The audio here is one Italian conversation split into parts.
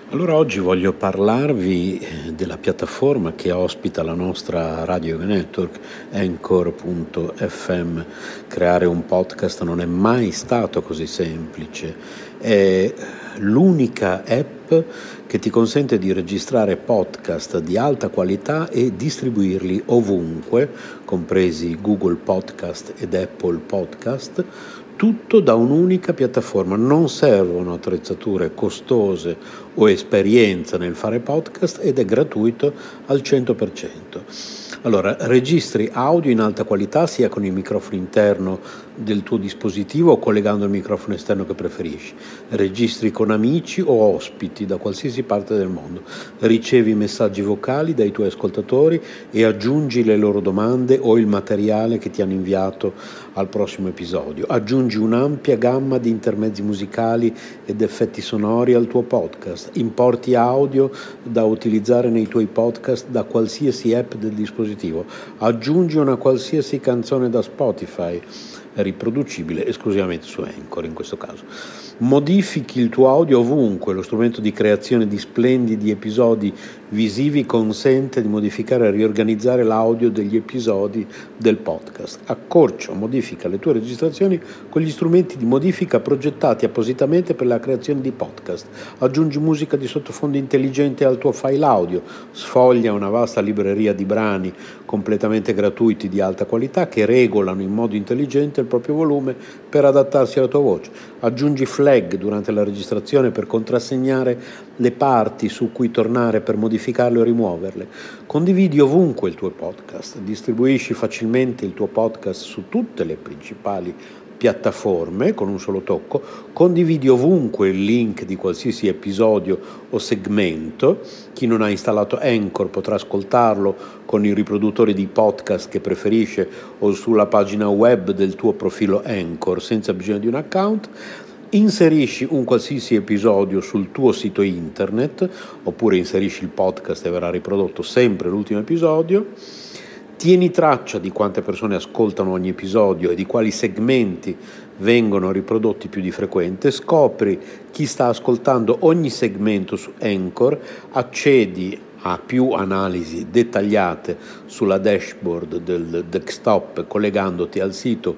Allora oggi voglio parlarvi della piattaforma che ospita la nostra radio network, Anchor.fm. Creare un podcast non è mai stato così semplice. È l'unica app che ti consente di registrare podcast di alta qualità e distribuirli ovunque, compresi Google Podcast ed Apple Podcast, tutto da un'unica piattaforma. Non servono attrezzature costose o esperienza nel fare podcast ed è gratuito al 100%. Allora, registri audio in alta qualità sia con il microfono interno del tuo dispositivo o collegando il microfono esterno che preferisci. Registri con amici o ospiti da qualsiasi parte del mondo. Ricevi messaggi vocali dai tuoi ascoltatori e aggiungi le loro domande o il materiale che ti hanno inviato al prossimo episodio. Aggiungi un'ampia gamma di intermezzi musicali ed effetti sonori al tuo podcast. Importi audio da utilizzare nei tuoi podcast da qualsiasi app del dispositivo. Aggiungi una qualsiasi canzone da Spotify, riproducibile esclusivamente su Anchor in questo caso. Modifichi il tuo audio ovunque. Lo strumento di creazione di splendidi episodi visivi consente di modificare e riorganizzare l'audio degli episodi del podcast. Accorcia o modifica le tue registrazioni con gli strumenti di modifica progettati appositamente per la creazione di podcast. Aggiungi musica di sottofondo intelligente al tuo file audio. Sfoglia una vasta libreria di brani completamente gratuiti di alta qualità che regolano in modo intelligente il proprio volume per adattarsi alla tua voce. Aggiungi flag durante la registrazione per contrassegnare le parti su cui tornare per modificarle o rimuoverle. Condividi ovunque il tuo podcast, distribuisci facilmente il tuo podcast su tutte le principali piattaforme con un solo tocco, condividi ovunque il link di qualsiasi episodio o segmento. Chi non ha installato Anchor potrà ascoltarlo con i riproduttori di podcast che preferisce o sulla pagina web del tuo profilo Anchor senza bisogno di un account. Inserisci un qualsiasi episodio sul tuo sito internet oppure inserisci il podcast e verrà riprodotto sempre l'ultimo episodio. Tieni traccia di quante persone ascoltano ogni episodio e di quali segmenti vengono riprodotti più di frequente. Scopri chi sta ascoltando ogni segmento su Anchor, accedi a più analisi dettagliate sulla dashboard del desktop collegandoti al sito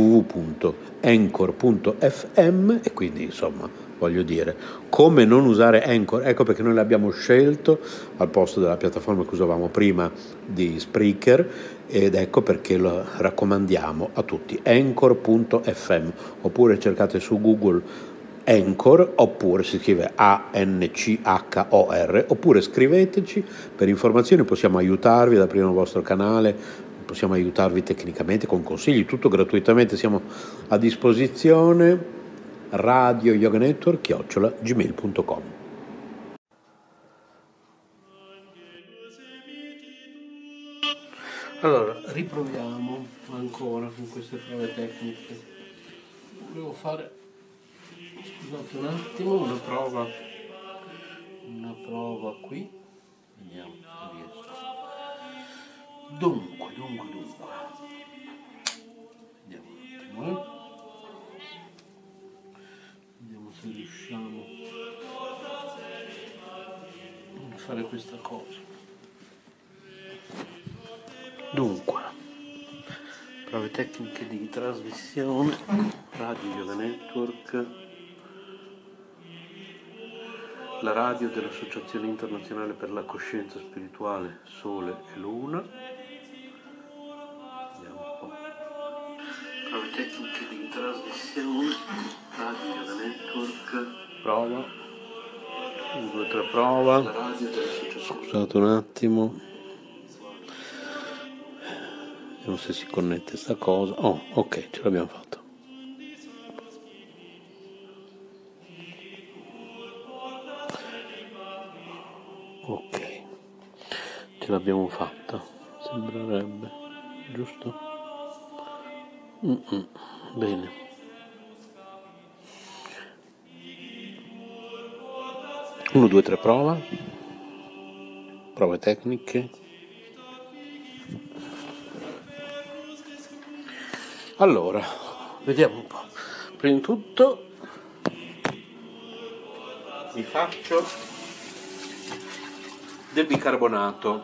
www.anchor.fm e quindi insomma voglio dire, come non usare Anchor? Ecco perché noi l'abbiamo scelto al posto della piattaforma che usavamo prima di Spreaker ed ecco perché lo raccomandiamo a tutti, Anchor.fm, oppure cercate su Google Anchor, oppure si scrive Anchor, oppure scriveteci per informazioni, possiamo aiutarvi ad aprire un vostro canale, possiamo aiutarvi tecnicamente con consigli, tutto gratuitamente, siamo a disposizione. Radio Yoga Network @gmail.com. Allora, riproviamo ancora con queste prove tecniche. Volevo fare, scusate un attimo, una prova qui. Vediamo se riesco. Dunque. Vediamo un attimo, Vediamo se riusciamo a fare questa cosa. Dunque, prove tecniche di trasmissione, Radio Yoga Network, la radio dell'Associazione Internazionale per la Coscienza Spirituale Sole e Luna. Vediamo un po'. Prove tecniche di trasmissione, Radio Yoga Network, prova, 1, 2, 3, prova, la radio dell'Associazione. Scusate un attimo. Vediamo se si connette sta cosa. Oh, ok, ce l'abbiamo fatta. Ok, ce l'abbiamo fatta, sembrerebbe, giusto? Bene. Uno, due, tre, prova. Prove tecniche. Allora, vediamo un po'. Prima di tutto vi faccio del bicarbonato.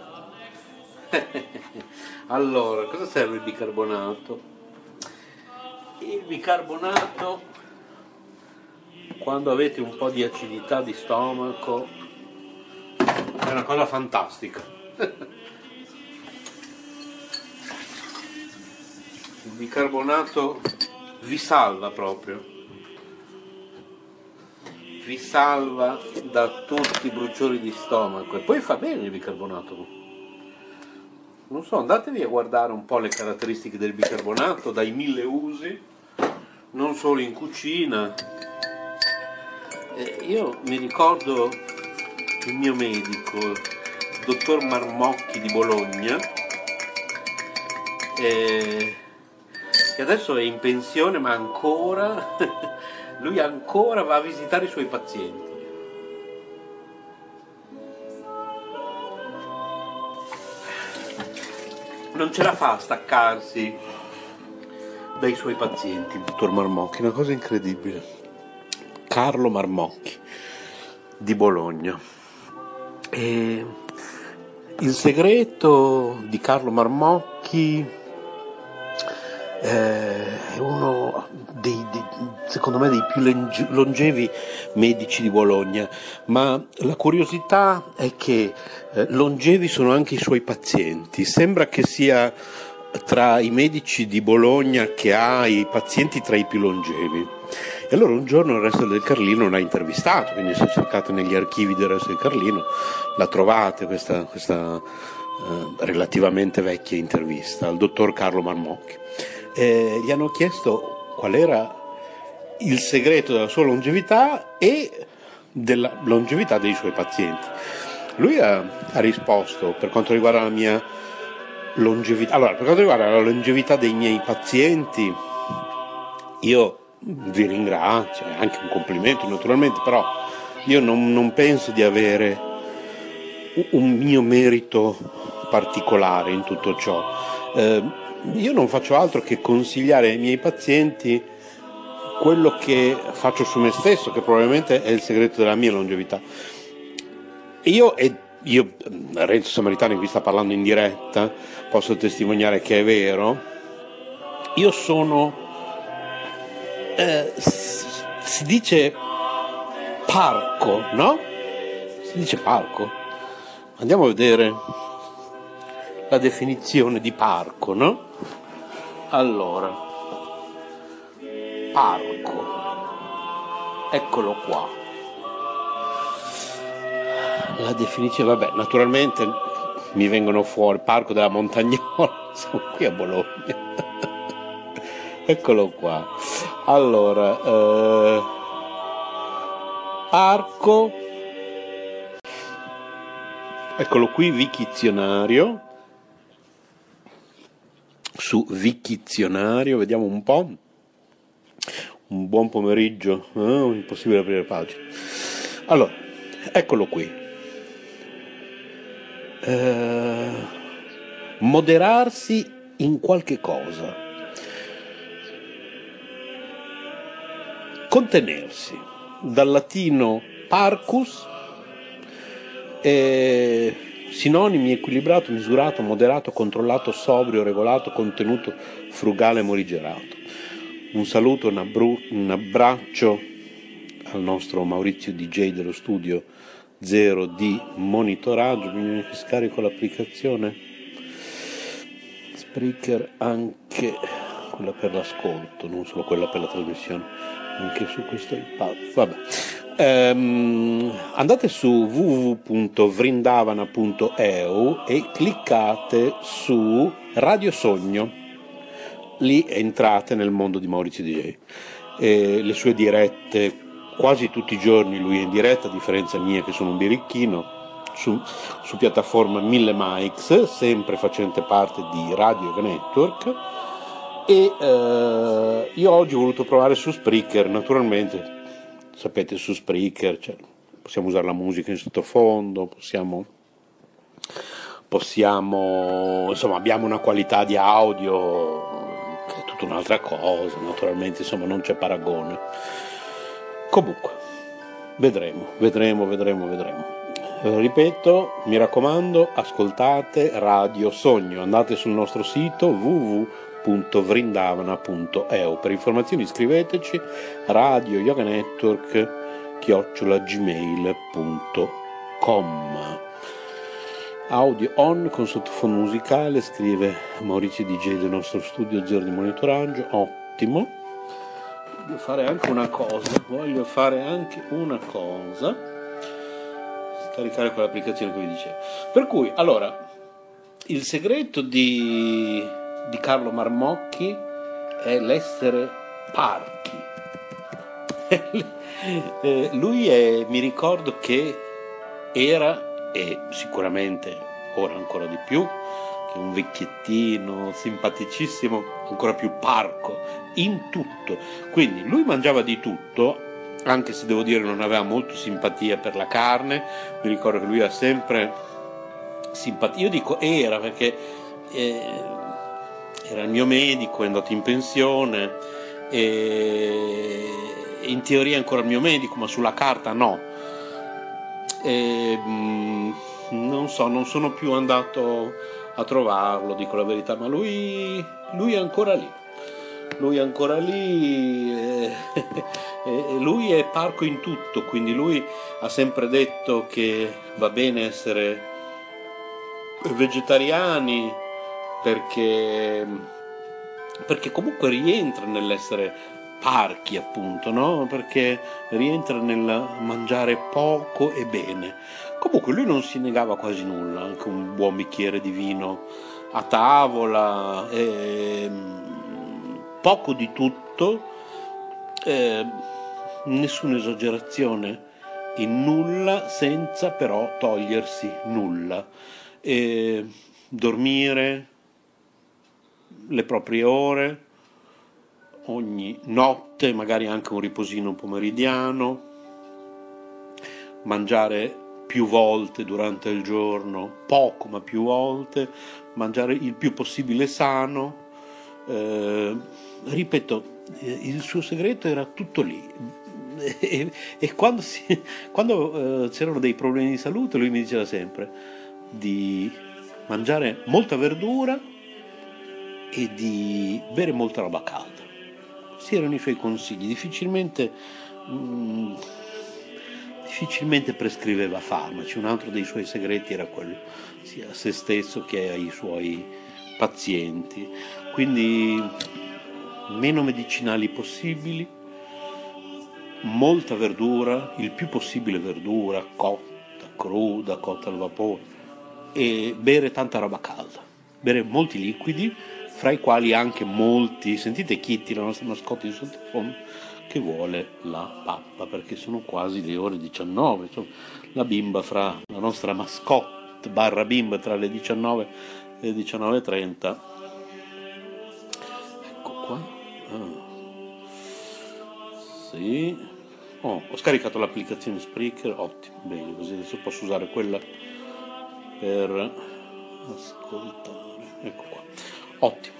Allora, cosa serve il bicarbonato? Il bicarbonato, quando avete un po' di acidità di stomaco, è una cosa fantastica. Il bicarbonato vi salva proprio. Vi salva da tutti i bruciori di stomaco e poi fa bene il bicarbonato. Non so, andatevi a guardare un po' le caratteristiche del bicarbonato dai 1000 usi, non solo in cucina. Io mi ricordo il mio medico, il dottor Marmocchi di Bologna, che adesso è in pensione, ma ancora lui ancora va a visitare i suoi pazienti. Non ce la fa a staccarsi dai suoi pazienti, il dottor Marmocchi, una cosa incredibile. Carlo Marmocchi di Bologna. E il segreto di Carlo Marmocchi è uno secondo me dei più longevi medici di Bologna, ma la curiosità è che longevi sono anche i suoi pazienti. Sembra che sia tra i medici di Bologna che ha i pazienti tra i più longevi. E allora un giorno il Resto del Carlino l'ha intervistato, quindi se cercate negli archivi del Resto del Carlino la trovate questa relativamente vecchia intervista al dottor Carlo Marmocchi. Gli hanno chiesto qual era il segreto della sua longevità e della longevità dei suoi pazienti. Lui ha risposto: per quanto riguarda la mia longevità, allora, per quanto riguarda la longevità dei miei pazienti, io vi ringrazio, è anche un complimento naturalmente, però io non penso di avere un mio merito particolare in tutto ciò. Io non faccio altro che consigliare ai miei pazienti quello che faccio su me stesso, che probabilmente è il segreto della mia longevità. Io Renzo Samaritano, qui sta parlando in diretta, posso testimoniare che è vero. Io sono, si dice parco, no? Si dice parco. Andiamo a vedere la definizione di parco, no? Allora, parco, eccolo qua. La definizione, vabbè, naturalmente mi vengono fuori Parco della Montagnola, siamo qui a Bologna. Eccolo qua. Allora, parco, eccolo qui, Wikizionario. Su Wikizionario, vediamo un po'. Un buon pomeriggio, impossibile aprire pagina. Allora, eccolo qui. Moderarsi in qualche cosa. Contenersi, dal latino parcus, sinonimi: equilibrato, misurato, moderato, controllato, sobrio, regolato, contenuto, frugale, morigerato. Un saluto, un abbraccio al nostro Maurizio DJ dello studio 0 di monitoraggio. Bisogna che scarico l'applicazione Spreaker, anche quella per l'ascolto, non solo quella per la trasmissione, anche su questo iPad. Vabbè. Andate su www.vrindavana.eu e cliccate su Radio Sogno. Lì entrate nel mondo di Maurizio DJ. Le sue dirette quasi tutti i giorni, lui è in diretta, a differenza mia che sono un birichino, su piattaforma 1000 Mics, sempre facente parte di Radio Network. E io oggi ho voluto provare su Spreaker. Naturalmente sapete, su Spreaker possiamo usare la musica in sottofondo, possiamo insomma, abbiamo una qualità di audio che è tutta un'altra cosa, naturalmente, insomma, non c'è paragone. Comunque vedremo. Ripeto, mi raccomando, ascoltate Radio Sogno, andate sul nostro sito www.vrindavana.eu. Per informazioni scriveteci radioyoganetwork@gmail.com. Audio on con sottofondo musicale, scrive Maurizio DJ del nostro studio zero di monitoraggio. Ottimo. Voglio fare anche una cosa, scaricare quell'applicazione che vi dicevo. Per cui, allora, il segreto di Carlo Marmocchi è l'essere parchi. Lui mi ricordo che era, e sicuramente ora ancora di più, che un vecchiettino simpaticissimo, ancora più parco in tutto. Quindi lui mangiava di tutto, anche se devo dire non aveva molto simpatia per la carne. Mi ricordo che lui ha sempre simpatia, io dico era perché era il mio medico, è andato in pensione e in teoria è ancora il mio medico, ma sulla carta no. Non so, non sono più andato a trovarlo, dico la verità, ma lui è ancora lì. Lui è ancora lì, lui è parco in tutto, quindi lui ha sempre detto che va bene essere vegetariani perché comunque rientra nell'essere parchi, appunto, no? Perché rientra nel mangiare poco e bene. Comunque lui non si negava quasi nulla, anche un buon bicchiere di vino a tavola, poco di tutto, nessuna esagerazione in nulla, senza però togliersi nulla. Dormire le proprie ore ogni notte, magari anche un riposino pomeridiano, mangiare più volte durante il giorno, poco ma più volte, mangiare il più possibile sano. Ripeto, il suo segreto era tutto lì, e quando c'erano dei problemi di salute lui mi diceva sempre di mangiare molta verdura e di bere molta roba calda. Questi erano i suoi consigli. Difficilmente prescriveva farmaci. Un altro dei suoi segreti era quello, sia a se stesso che ai suoi pazienti. Quindi meno medicinali possibili, molta verdura, il più possibile verdura, cotta, cruda, cotta al vapore, e bere tanta roba calda, bere molti liquidi, fra i quali anche molti, sentite Kitty, la nostra mascotte di sottofondo, che vuole la pappa, perché sono quasi le ore 19, insomma, la nostra mascotte barra bimba tra le 19 e le 19:30. Ecco qua. Sì. Ho scaricato l'applicazione Spreaker, ottimo, bene, così adesso posso usare quella per ascoltare. Ecco qua. Ottimo.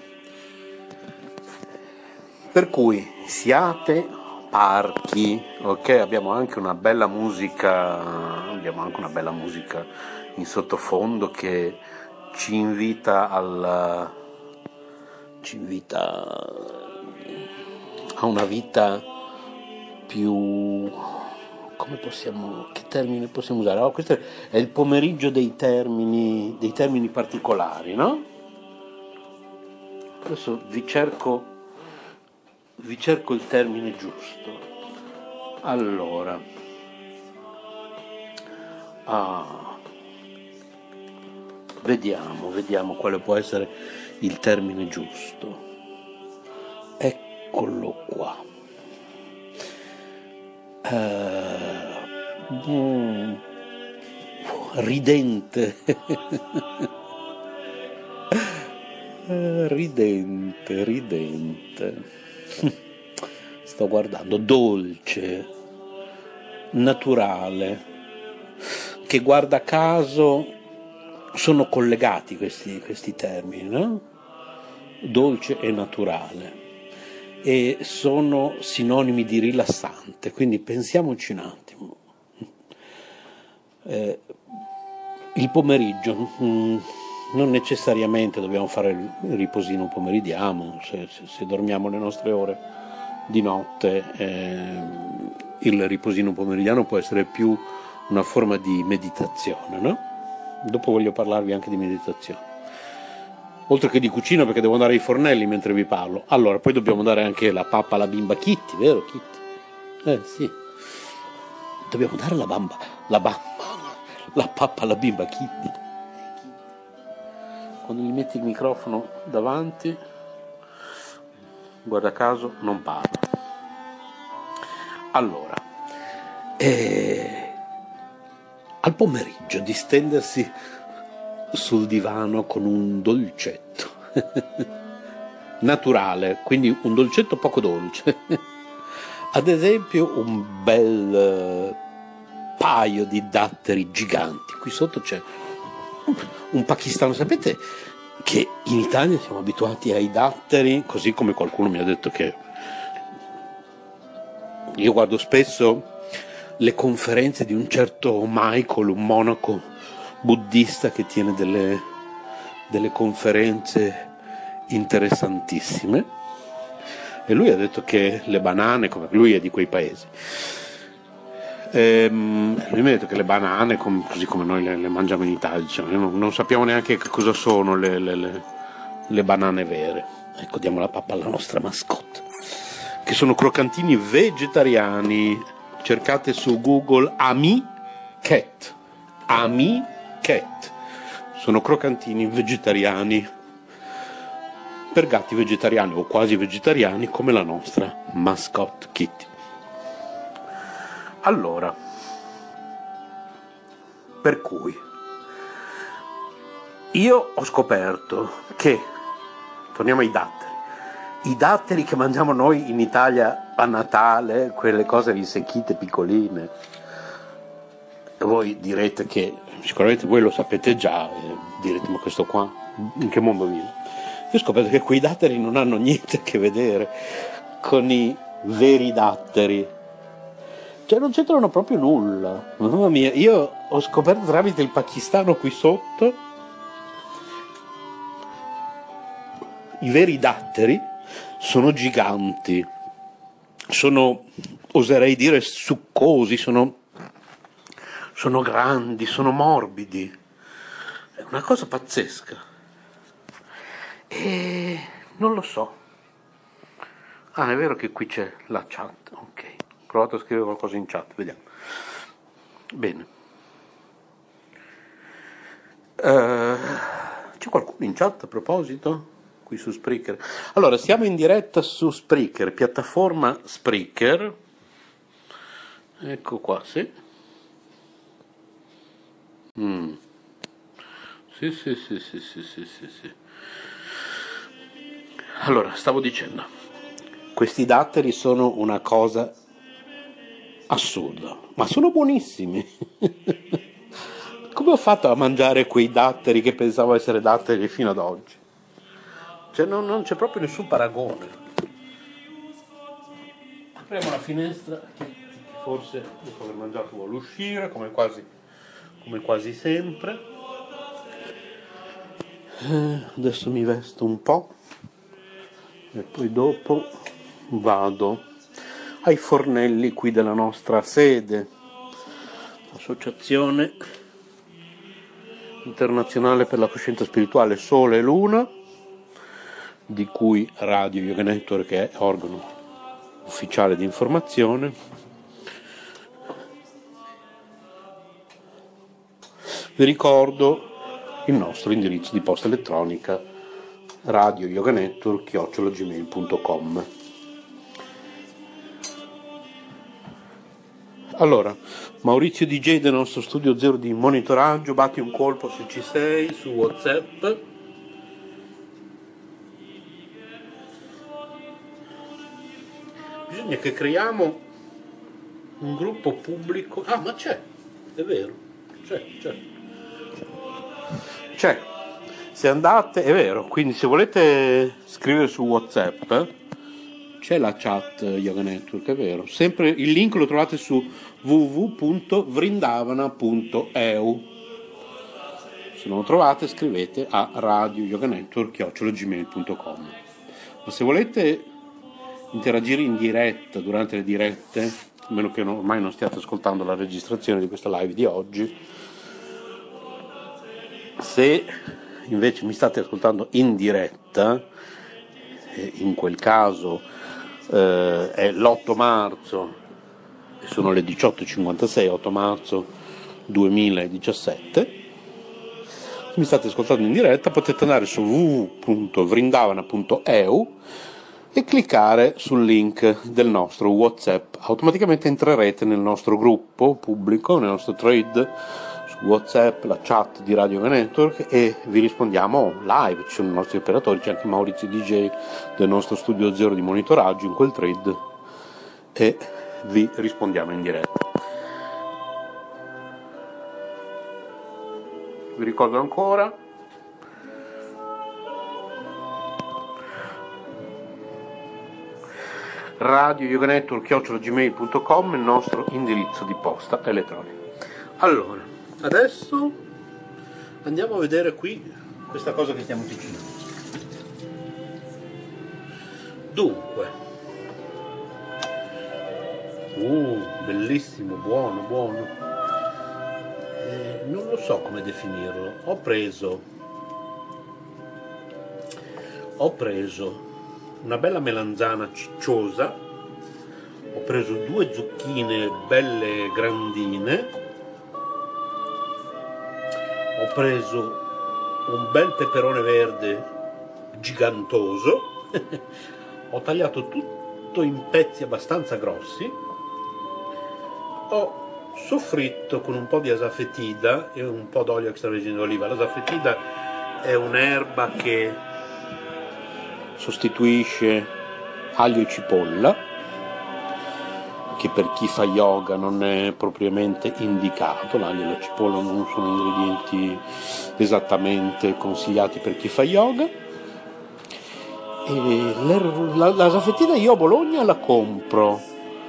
Per cui siate parchi, ok? Abbiamo anche una bella musica in sottofondo che ci invita a una vita più, che termine possiamo usare? Oh, questo è il pomeriggio dei termini particolari, no? Adesso vi cerco il termine giusto. Allora, vediamo quale può essere il termine giusto. Eccolo qua. Ridente. Ridente. Sto guardando, dolce, naturale, che guarda caso sono collegati questi termini, no? Dolce e naturale, e sono sinonimi di rilassante, quindi pensiamoci un attimo. Il pomeriggio, non necessariamente dobbiamo fare il riposino pomeridiano, se dormiamo le nostre ore di notte, il riposino pomeridiano può essere più una forma di meditazione, no? Dopo voglio parlarvi anche di meditazione, oltre che di cucina, perché devo andare ai fornelli mentre vi parlo. Allora, poi dobbiamo dare anche la pappa alla bimba Kitty, vero Kitty? Sì, dobbiamo dare la pappa alla bimba Kitty. Quando gli metti il microfono davanti, guarda caso, non parla. Allora, al pomeriggio distendersi sul divano con un dolcetto naturale, quindi un dolcetto poco dolce, ad esempio un bel paio di datteri giganti. Qui sotto c'è un pakistano. Sapete che in Italia siamo abituati ai datteri, così come qualcuno mi ha detto che io guardo spesso le conferenze di un certo Michael, un monaco buddista che tiene delle conferenze interessantissime, e lui ha detto che le banane, come lui è di quei paesi, lui mi ha detto che le banane, così come noi le mangiamo in Italia, diciamo, non sappiamo neanche che cosa sono le banane vere. Ecco, diamo la pappa alla nostra mascotte, che sono croccantini vegetariani. Cercate su Google Ami Cat. Sono croccantini vegetariani per gatti vegetariani o quasi vegetariani, come la nostra mascotte Kitty. Allora, per cui io ho scoperto che, torniamo ai datteri, i datteri che mangiamo noi in Italia a Natale, quelle cose risecchite piccoline, voi direte che, sicuramente voi lo sapete già, direte ma questo qua in che mondo vive? Io ho scoperto che quei datteri non hanno niente a che vedere con i veri datteri, cioè non c'entrano proprio nulla. Mamma mia, io ho scoperto tramite il pakistano qui sotto, i veri datteri sono giganti, sono, oserei dire, succosi, sono grandi, sono morbidi, è una cosa pazzesca. E non lo so. Ah, è vero che qui c'è la chat, ok. Ho provato a scrivere qualcosa in chat, vediamo. Bene. C'è qualcuno in chat a proposito? Qui su Spreaker. Allora, siamo in diretta su Spreaker, piattaforma Spreaker. Ecco qua, sì. Sì. Allora, stavo dicendo, questi datteri sono una cosa assurda, ma sono buonissimi. Come ho fatto a mangiare quei datteri che pensavo essere datteri fino ad oggi? Cioè non c'è proprio nessun paragone. Apriamo la finestra, che forse dopo aver mangiato vuole uscire, come quasi sempre. Adesso mi vesto un po' e poi dopo vado ai fornelli qui della nostra sede, Associazione Internazionale per la Coscienza Spirituale Sole e Luna, di cui Radio Yoga Network è organo ufficiale di informazione. Vi ricordo il nostro indirizzo di posta elettronica radioyoganetwork@gmail.com. Allora, Maurizio DJ del nostro studio zero di monitoraggio, batti un colpo se ci sei su WhatsApp. Bisogna che creiamo un gruppo pubblico. Ah, ma c'è, è vero, c'è. Se andate, è vero, quindi se volete scrivere su WhatsApp c'è la chat Yoga Network, è vero. Sempre il link lo trovate su www.vrindavana.eu. Se non lo trovate, scrivete a radioyoganetwork@gmail.com. Ma se volete interagire in diretta durante le dirette, a meno che ormai non stiate ascoltando la registrazione di questa live di oggi, se invece mi state ascoltando in diretta, in quel caso è l'8 marzo e sono le 18:56, 8 marzo 2017. Se mi state ascoltando in diretta potete andare su www.vrindavana.eu e cliccare sul link del nostro WhatsApp. Automaticamente entrerete nel nostro gruppo pubblico, nel nostro thread su WhatsApp, la chat di Radio Yoga Network, e vi rispondiamo live. Ci sono i nostri operatori, c'è anche Maurizio DJ del nostro studio zero di monitoraggio in quel thread e vi rispondiamo in diretta. Vi ricordo ancora radioyoganetwork@gmail.com, il nostro indirizzo di posta elettronica. Allora, adesso andiamo a vedere qui questa cosa che stiamo dicendo. Dunque, bellissimo, buono. Non lo so come definirlo. Ho preso una bella melanzana cicciosa, ho preso 2 zucchine belle grandine, ho preso un bel peperone verde gigantoso, ho tagliato tutto in pezzi abbastanza grossi, ho soffritto con un po' di asafoetida e un po' d'olio extravergine d'oliva. L'asafoetida è un'erba che sostituisce aglio e cipolla, che per chi fa yoga non è propriamente indicato. L'aglio e la cipolla non sono ingredienti esattamente consigliati per chi fa yoga. E l'asafoetida io a Bologna la compro.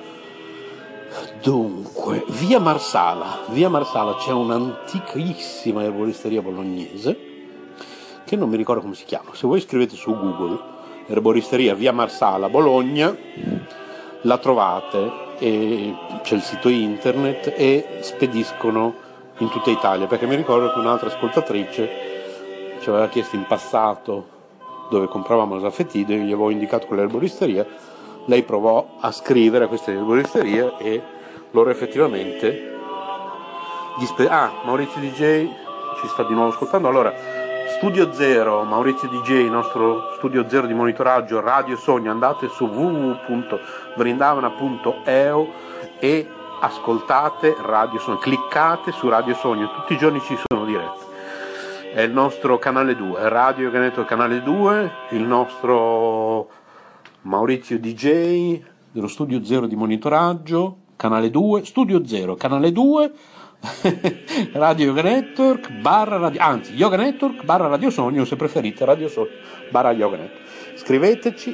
Dunque, via Marsala c'è un'antichissima erboristeria bolognese che non mi ricordo come si chiama. Se voi scrivete su Google erboristeria via Marsala Bologna la trovate, e c'è il sito internet e spediscono in tutta Italia, perché mi ricordo che un'altra ascoltatrice ci aveva chiesto in passato dove compravamo l'asafoetida, io gli avevo indicato quell'erboristeria, lei provò a scrivere a questa erboristeria e loro effettivamente Maurizio DJ ci sta di nuovo ascoltando. Allora, Studio Zero, Maurizio DJ, il nostro studio zero di monitoraggio Radio Sogno, andate su www.vrindavana.eu e ascoltate Radio Sogno, cliccate su Radio Sogno, tutti i giorni ci sono dirette. È il nostro canale 2, Radio Yoga Network canale 2, il nostro Maurizio DJ dello studio zero di monitoraggio canale 2, studio 0 canale 2, Radio Yoga Network Yoga Network Radio Sogno, se preferite Radio Sogno Yoga Network. Scriveteci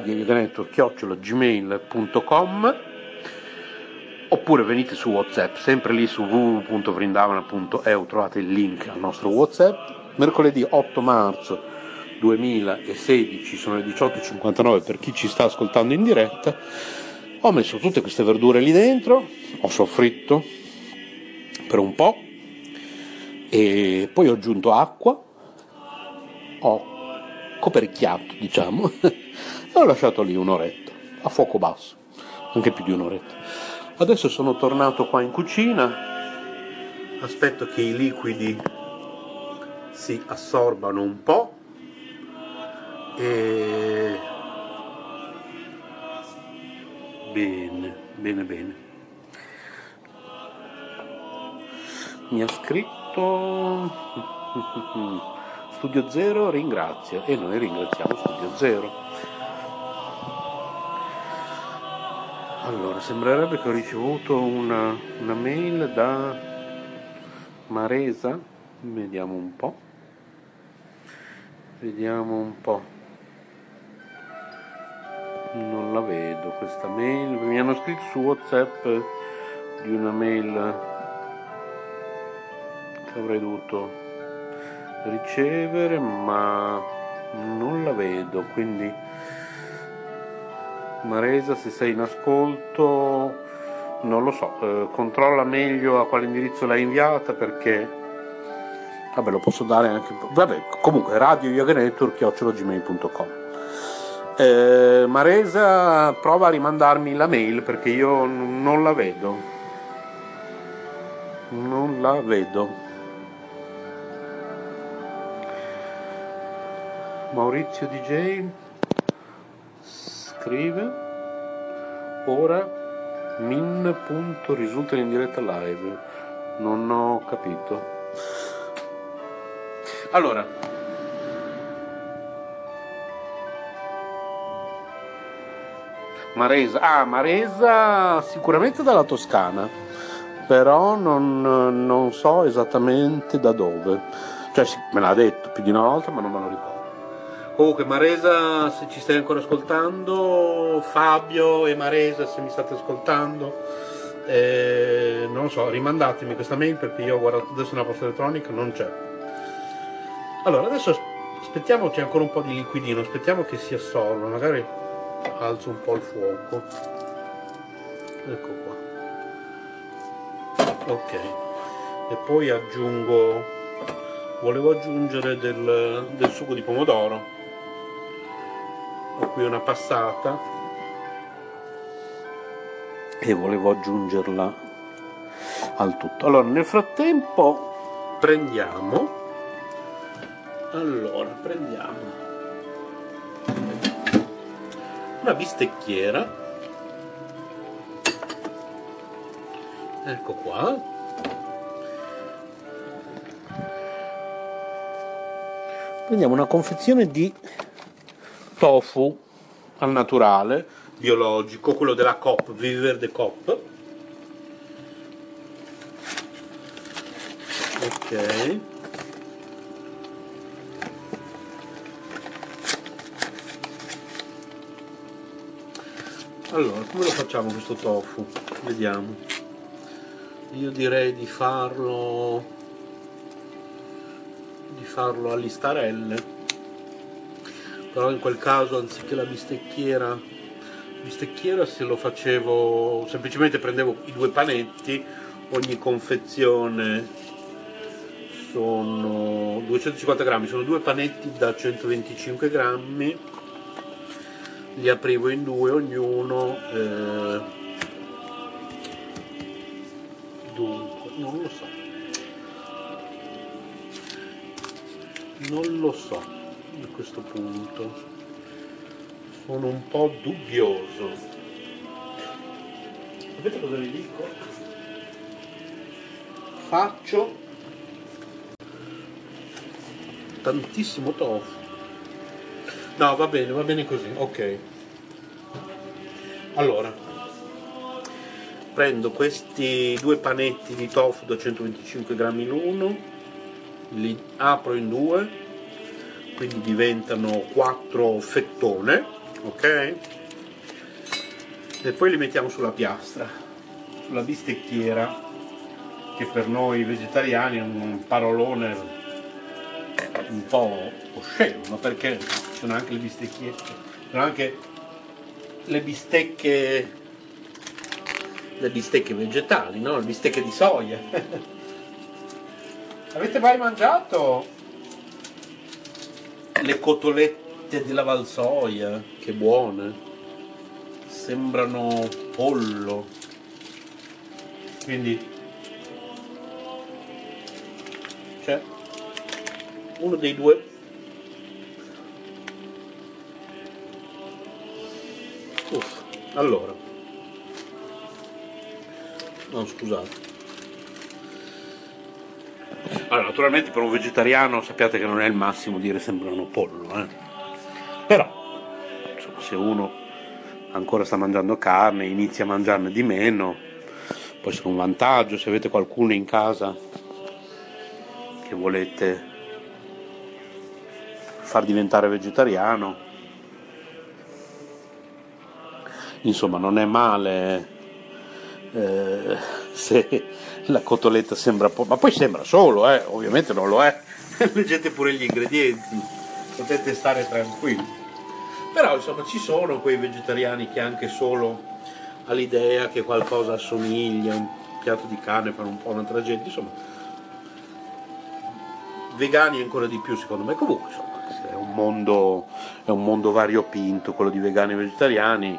radioyoganetwork@gmail.com oppure venite su WhatsApp, sempre lì su www.vrindavana.eu trovate il link al nostro WhatsApp. Mercoledì 8 marzo 2016 sono le 18:59 per chi ci sta ascoltando in diretta. Ho messo tutte queste verdure lì dentro, ho soffritto per un po' e poi ho aggiunto acqua, ho coperchiato, diciamo, e ho lasciato lì un'oretta a fuoco basso, anche più di un'oretta. Adesso sono tornato qua in cucina, aspetto che i liquidi si assorbano un po' e bene. Mi ha scritto Studio Zero ringrazia, e noi ringraziamo Studio Zero. Allora, sembrerebbe che ho ricevuto una mail da Maresa, vediamo un po'. Non la vedo questa mail, mi hanno scritto su WhatsApp di una mail che avrei dovuto ricevere, ma non la vedo, quindi Maresa, se sei in ascolto, non lo so, controlla meglio a quale indirizzo l'hai inviata, perché vabbè, lo posso dare anche, vabbè, comunque radioyoganetwork@gmail.com. Maresa, prova a rimandarmi la mail perché io non la vedo. Maurizio DJ scrive ora risulta in diretta live. Non ho capito. Allora, Maresa sicuramente dalla Toscana, però non so esattamente da dove. Cioè me l'ha detto più di una volta, ma non me lo ricordo. Comunque Maresa, se ci stai ancora ascoltando, Fabio e Maresa, se mi state ascoltando, non lo so, rimandatemi questa mail perché io ho guardato adesso nella posta elettronica, non c'è. Allora, adesso aspettiamo, c'è ancora un po' di liquidino, aspettiamo che si assorba, magari alzo un po' il fuoco. Ecco qua. Ok. E poi volevo aggiungere del sugo di pomodoro. Ho qui una passata e volevo aggiungerla al tutto. Allora, nel frattempo prendiamo una bistecchiera, ecco qua, prendiamo una confezione di tofu al naturale, biologico, quello della Coop, Viverde Coop. Ok. Allora, come lo facciamo questo tofu? Vediamo. Io direi di farlo a listarelle, però in quel caso anziché la bistecchiera se lo facevo, semplicemente prendevo i 2 panetti, ogni confezione sono 250 grammi, sono 2 panetti da 125 grammi, li aprivo in 2 ognuno, dunque non lo so a questo punto, sono un po' dubbioso. Sapete cosa vi dico? Faccio tantissimo tofu. No, va bene così, ok. Allora, prendo questi 2 panetti di tofu da 125 grammi l'uno, li apro in 2, quindi diventano 4 fettone, ok? E poi li mettiamo sulla piastra, sulla bistecchiera, che per noi vegetariani è un parolone un po' osceno, ma perché ci sono anche le bistecchiere, ci sono anche le bistecche vegetali, no? Le bistecche di soia. Avete mai mangiato le cotolette della Valsoia? Che buone, sembrano pollo, quindi c'è uno dei 2. Allora, no, scusate. Allora, naturalmente per un vegetariano sappiate che non è il massimo dire sembrano pollo, però insomma, se uno ancora sta mangiando carne, inizia a mangiarne di meno, può essere un vantaggio. Se avete qualcuno in casa che volete far diventare vegetariano, insomma non è male se la cotoletta sembra ma poi sembra solo, ovviamente non lo è, leggete pure gli ingredienti, potete stare tranquilli. Però insomma ci sono quei vegetariani che anche solo all'idea che qualcosa assomiglia a un piatto di carne fanno un po' una tragedia, insomma vegani ancora di più secondo me. Comunque insomma è un mondo variopinto quello di vegani e vegetariani.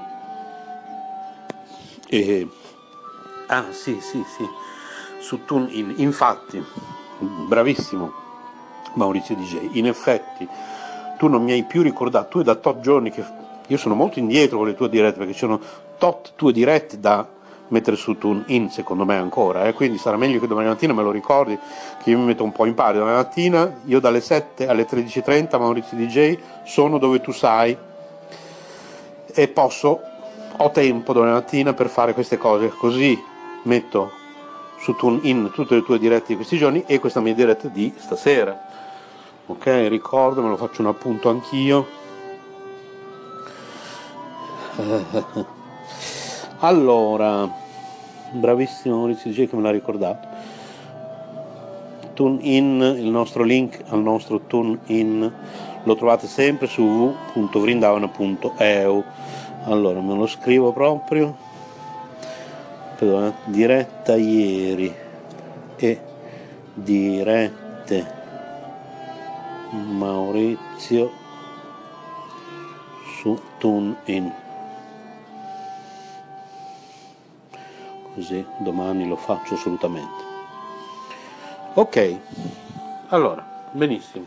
E sì, su TuneIn, infatti, bravissimo Maurizio DJ, in effetti tu non mi hai più ricordato, tu è da tot giorni che io sono molto indietro con le tue dirette, perché ci sono tot tue dirette da mettere su TuneIn secondo me ancora, quindi sarà meglio che domani mattina me lo ricordi, che io mi metto un po' in pari. Domani mattina io dalle 7 alle 13:30 Maurizio DJ sono dove tu sai e ho tempo domani mattina per fare queste cose, così metto su TuneIn tutte le tue dirette di questi giorni e questa mia diretta di stasera. Ok, ricordo, me lo faccio un appunto anch'io. Allora, bravissimo Maurizio DJ che me l'ha ricordato. TuneIn, il nostro link al nostro TuneIn lo trovate sempre su www.vrindavana.eu. Allora me lo scrivo proprio, diretta ieri e dirette Maurizio su TuneIn, così domani lo faccio assolutamente. Ok, allora, benissimo.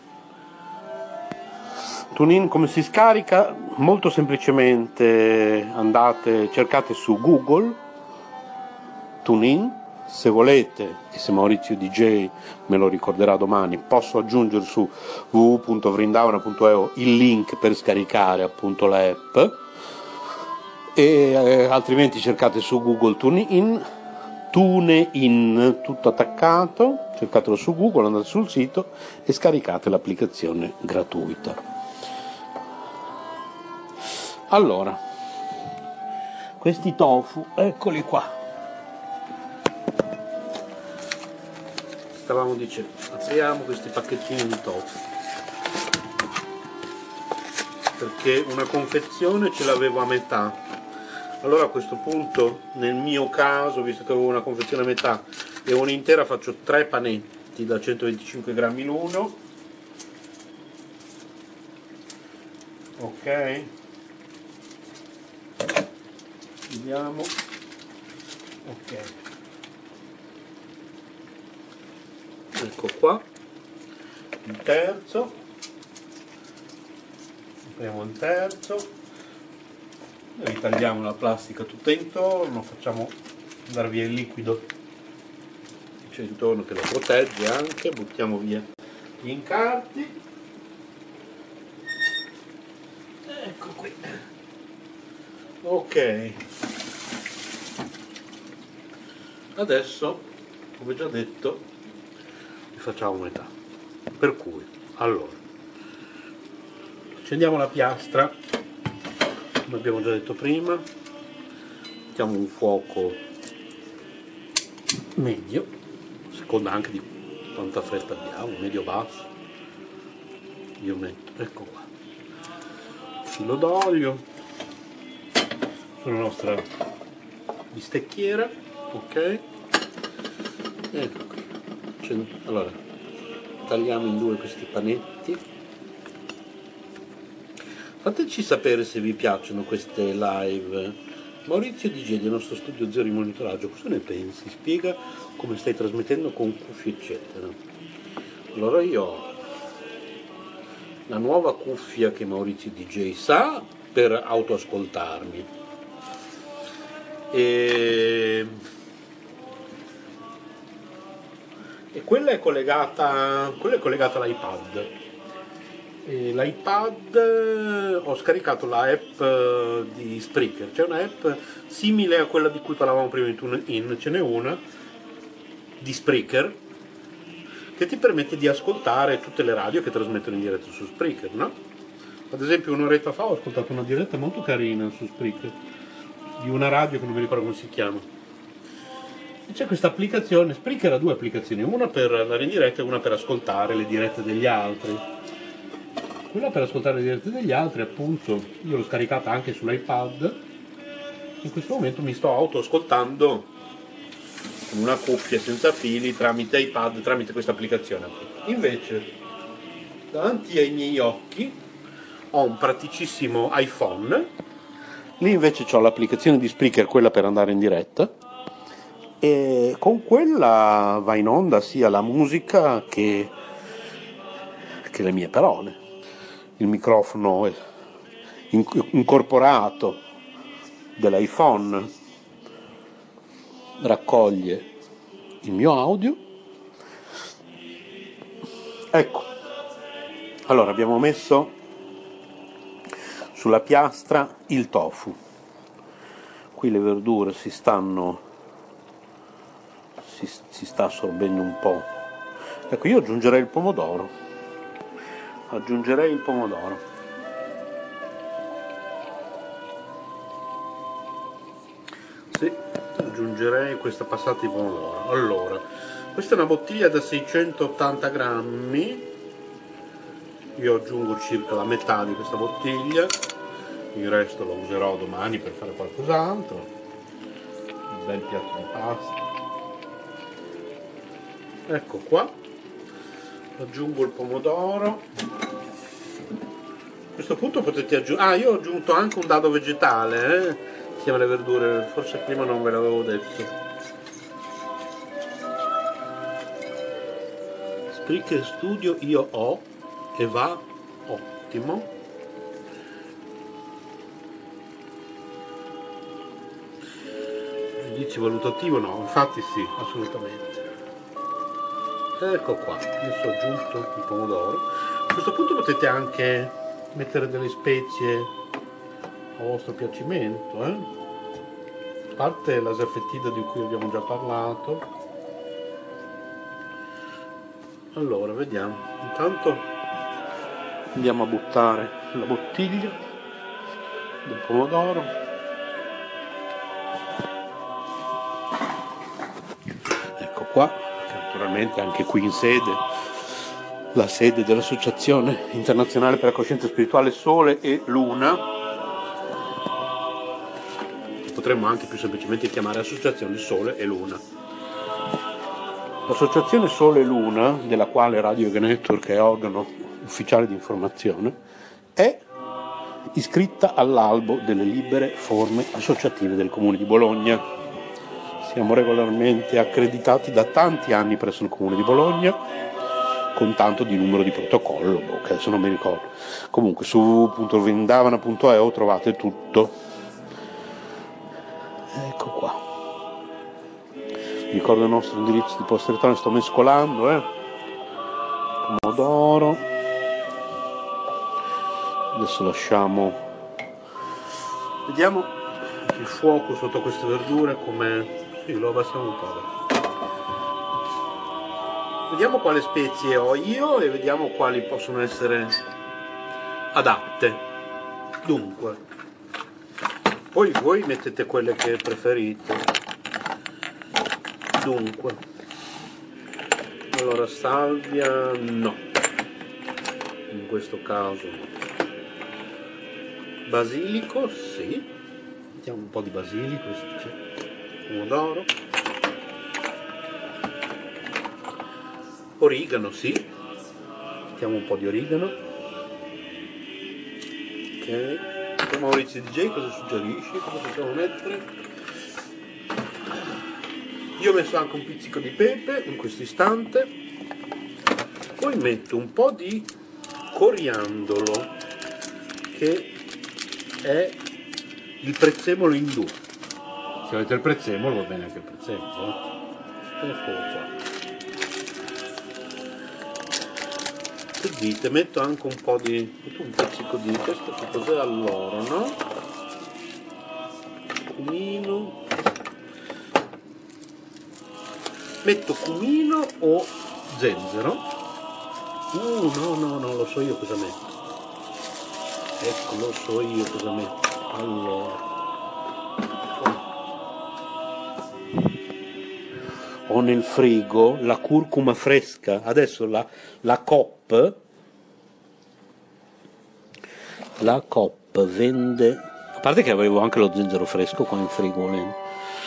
TuneIn come si scarica? Molto semplicemente cercate su Google TuneIn. Se volete, e se Maurizio DJ me lo ricorderà domani, posso aggiungere su www.vrindavana.eu il link per scaricare appunto la app, e altrimenti cercate su Google TuneIn tutto attaccato, cercatelo su Google, andate sul sito e scaricate l'applicazione gratuita. Allora, questi tofu, eccoli qua. Stavamo dicendo, apriamo questi pacchettini di tofu, perché una confezione ce l'avevo a metà. Allora a questo punto, nel mio caso, visto che avevo una confezione a metà e un'intera, faccio 3 panetti da 125 grammi l'uno. Ok, vediamo. Ok, ecco qua il terzo, apriamo il terzo, ritagliamo la plastica tutta intorno, facciamo andare via il liquido che c'è intorno, che lo protegge anche, buttiamo via gli incarti. Ecco qui. Ok, adesso, come già detto, facciamo metà, per cui allora accendiamo la piastra come abbiamo già detto prima, mettiamo un fuoco medio, a seconda anche di quanta fretta abbiamo, medio basso. Io metto, ecco qua, filo d'olio sulla nostra bistecchiera. Ok, ecco qui. Allora, tagliamo in due questi panetti. Fateci sapere se vi piacciono queste live. Maurizio DJ del nostro studio zero di monitoraggio, cosa ne pensi? Spiega come stai trasmettendo con cuffie eccetera. Allora io ho la nuova cuffia che Maurizio DJ sa per autoascoltarmi e quella è collegata all'iPad. E l'iPad ho scaricato la app di Spreaker, c'è una app simile a quella di cui parlavamo prima di TuneIn, ce n'è una di Spreaker che ti permette di ascoltare tutte le radio che trasmettono in diretta su Spreaker, no? Ad esempio un'oretta fa ho ascoltato una diretta molto carina su Spreaker di una radio che non mi ricordo come si chiama, C'è questa applicazione, Spreaker ha due applicazioni, una per andare in diretta e una per ascoltare le dirette degli altri. Quella per ascoltare le dirette degli altri, appunto, io l'ho scaricata anche sull'iPad. In questo momento mi sto autoascoltando con una cuffia senza fili tramite iPad, tramite questa applicazione. Invece, davanti ai miei occhi ho un praticissimo iPhone. Lì invece ho l'applicazione di Spreaker, quella per andare in diretta, e con quella va in onda sia la musica che le mie parole. Il microfono incorporato dell'iPhone raccoglie il mio audio. Ecco, allora abbiamo messo sulla piastra il tofu. Qui le verdure si sta assorbendo un po'. Ecco, io aggiungerei il pomodoro. Sì, aggiungerei questa passata di pomodoro. Allora, questa è una bottiglia da 680 grammi. Io aggiungo circa la metà di questa bottiglia. Il resto lo userò domani per fare qualcos'altro. Un bel piatto di pasta. Ecco qua. Aggiungo il pomodoro. A questo punto potete aggiungere... io ho aggiunto anche un dado vegetale, insieme alle verdure. Forse prima non ve l'avevo detto. Spreaker Studio io ho e va ottimo. Giudizio valutativo no, infatti sì, assolutamente. Ecco qua, adesso ho aggiunto il pomodoro. A questo punto potete anche mettere delle spezie a vostro piacimento, A parte la zaffettida di cui abbiamo già parlato. Allora, vediamo. Intanto andiamo a buttare la bottiglia del pomodoro. Ecco qua, naturalmente anche qui in sede, la sede dell'Associazione Internazionale per la Coscienza Spirituale Sole e Luna, potremmo anche più semplicemente chiamare Associazione Sole e Luna. L'Associazione Sole e Luna, della quale Radio Yoga Network è organo ufficiale di informazione, è iscritta all'albo delle libere forme associative del Comune di Bologna. Siamo regolarmente accreditati da tanti anni presso il Comune di Bologna, con tanto di numero di protocollo, che adesso non mi ricordo. Comunque su .vrindavana.eu trovate tutto. Ecco qua. Vi ricordo il nostro indirizzo di posta elettronica, sto mescolando, pomodoro. Adesso lasciamo, vediamo il fuoco sotto queste verdure come... Sì, lo abbassiamo un po'. Vediamo quale spezie ho io e vediamo quali possono essere adatte. Dunque, poi voi mettete quelle che preferite. Dunque, allora salvia no, in questo caso basilico sì, mettiamo un po' di basilico, pomodoro, origano sì, mettiamo un po' di origano. Ok, Maurizio DJ cosa suggerisci? Cosa possiamo mettere? Io ho messo anche un pizzico di pepe in questo istante, poi metto un po' di coriandolo, che è il prezzemolo indù. Se avete il prezzemolo va bene anche il prezzemolo. Eccolo qua. Che dite? Metto anche un po' di... metto un pizzico di... questo che cos'è allora, no? Cumino. Metto cumino o zenzero. No, lo so io cosa metto. Ecco, lo so io cosa metto. Allora. ho nel frigo la curcuma fresca. Adesso la Coop vende, a parte che avevo anche lo zenzero fresco qua in frigo volendo.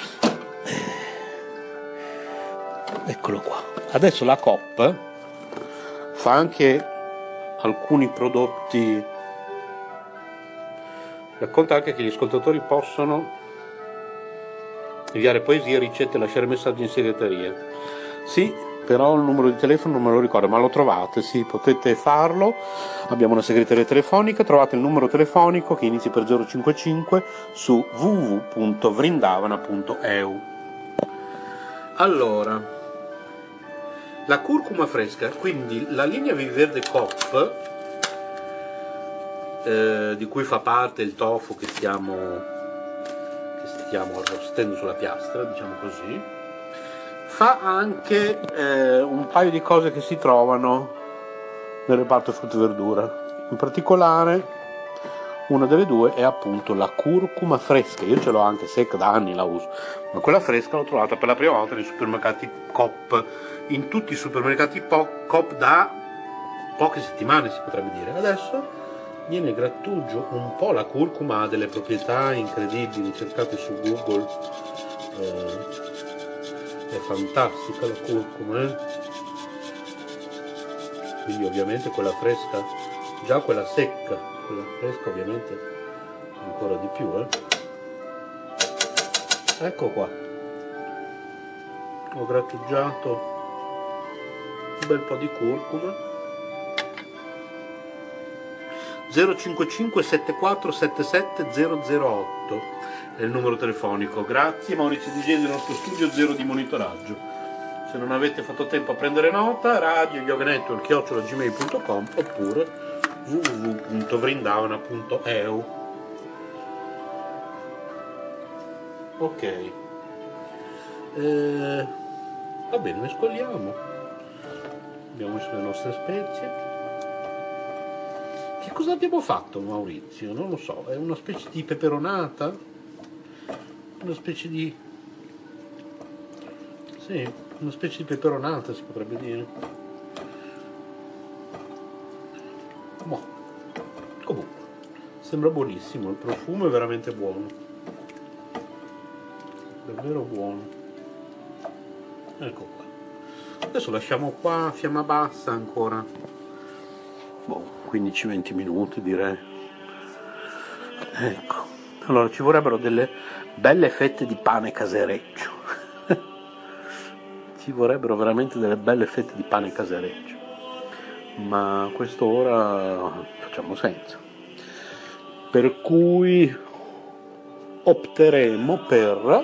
Eccolo qua. Adesso la Coop fa anche alcuni prodotti, racconta anche che gli ascoltatori possono inviare poesie, ricette e lasciare messaggi in segreteria. Sì, però il numero di telefono non me lo ricordo, ma lo trovate, sì, potete farlo. Abbiamo una segreteria telefonica, trovate il numero telefonico che inizia per 055 su www.vrindavana.eu. Allora, la curcuma fresca, quindi la linea Viverde Coop, di cui fa parte il tofu che stiamo arrostendo sulla piastra, diciamo così, fa anche un paio di cose che si trovano nel reparto frutta e verdura. In particolare una delle due è appunto la curcuma fresca. Io ce l'ho anche secca, da anni la uso, ma quella fresca l'ho trovata per la prima volta nei supermercati Coop, in tutti i supermercati Coop da poche settimane, si potrebbe dire. Adesso gliene grattugio un po'. La curcuma ha delle proprietà incredibili, cercate su Google, è fantastica la curcuma, quindi ovviamente quella fresca, già quella secca, quella fresca ovviamente ancora di più, Ecco qua, ho grattugiato un bel po' di curcuma. 055 74 77 008 è il numero telefonico. Grazie Maurizio DJ del nostro studio zero di monitoraggio. Se non avete fatto tempo a prendere nota, radioyoganetwork@gmail.com oppure www.vrindavana.eu. Ok, va bene, mescoliamo, abbiamo messo le nostre spezie. Che cosa abbiamo fatto, Maurizio? Non lo so, è una specie di peperonata? Una specie di... sì, una specie di peperonata si potrebbe dire. Boh. Comunque, sembra buonissimo, il profumo è veramente buono. Davvero buono. Ecco qua. Adesso lasciamo qua a fiamma bassa ancora. Boh, 15-20 minuti direi. Ecco, allora ci vorrebbero delle belle fette di pane casereccio. Ci vorrebbero veramente delle belle fette di pane casereccio, ma a quest'ora facciamo senza, per cui opteremo per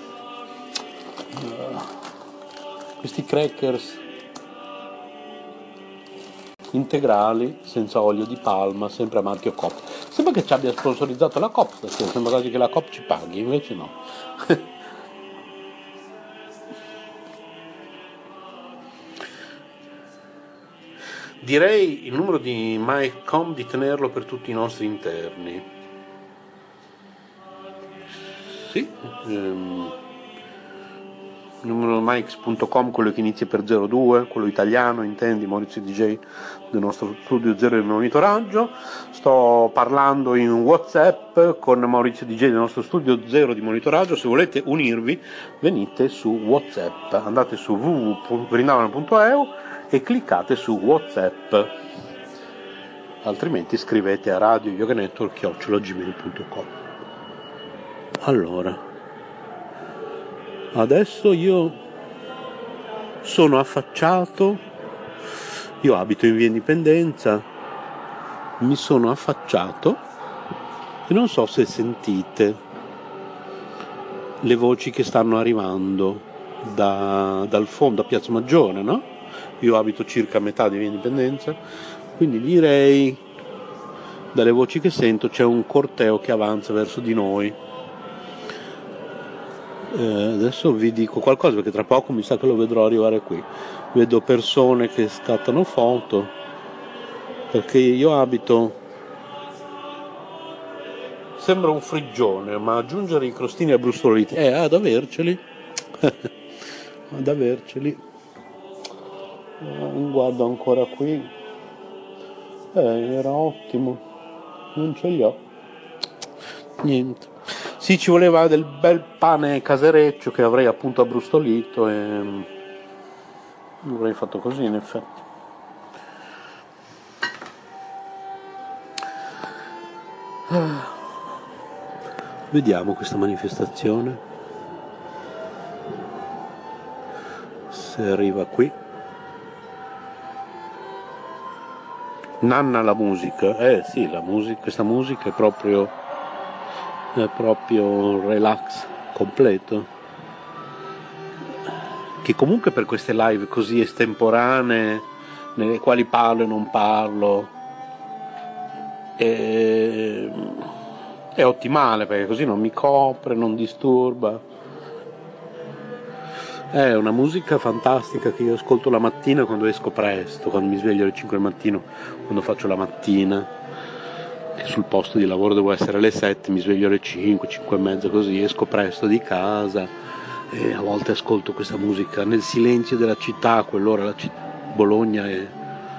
questi crackers integrali senza olio di palma, sempre a marchio Coop. Sembra che ci abbia sponsorizzato la Coop, perché sembra quasi che la Coop ci paghi, invece no. Direi il numero di MyCom di tenerlo per tutti i nostri interni. Sì, numero myx.com, quello che inizia per 02, quello italiano, intendi, Maurizio DJ del nostro studio zero di monitoraggio. Sto parlando in WhatsApp con Maurizio DJ del nostro studio zero di monitoraggio. Se volete unirvi, venite su WhatsApp, andate su www.vrindavana.eu e cliccate su WhatsApp, altrimenti scrivete a radioyoganetwork@gmail.com. Allora, adesso io sono affacciato, io abito in via Indipendenza, mi sono affacciato e non so se sentite le voci che stanno arrivando dal fondo a Piazza Maggiore, no? Io abito circa a metà di via Indipendenza, quindi direi, dalle voci che sento, c'è un corteo che avanza verso di noi. Adesso vi dico qualcosa perché tra poco mi sa che lo vedrò arrivare qui. Vedo persone che scattano foto, perché io abito, sembra un frigione, ma aggiungere i crostini abbrustoliti ad averceli ad averceli. Guardo ancora qui, era ottimo, non ce li ho, niente. Sì, ci voleva del bel pane casereccio che avrei appunto abbrustolito e avrei fatto così in effetti. Vediamo questa manifestazione, se arriva qui. Nanna la musica, sì, questa musica è proprio un relax completo, che comunque per queste live così estemporanee, nelle quali parlo e non parlo, è ottimale, perché così non mi copre, non disturba. È una musica fantastica che io ascolto la mattina quando esco presto, quando mi sveglio alle 5 del mattino, quando faccio la mattina, che sul posto di lavoro devo essere alle 7, mi sveglio alle 5, 5 e mezza, così esco presto di casa e a volte ascolto questa musica nel silenzio della città. A quell'ora Bologna è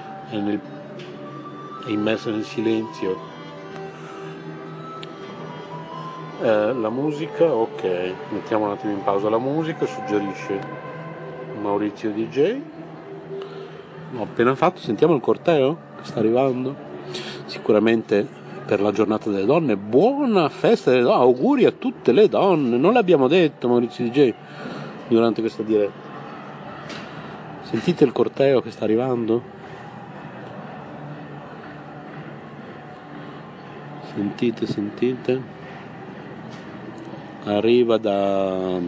immersa nel silenzio. La musica, ok, mettiamo un attimo in pausa la musica, suggerisce Maurizio DJ. Ho appena fatto, sentiamo il corteo che sta arrivando, sicuramente per la giornata delle donne. Buona festa delle donne, auguri a tutte le donne, non l'abbiamo detto Maurizio DJ durante questa diretta. Sentite il corteo che sta arrivando? Sentite. Arriva da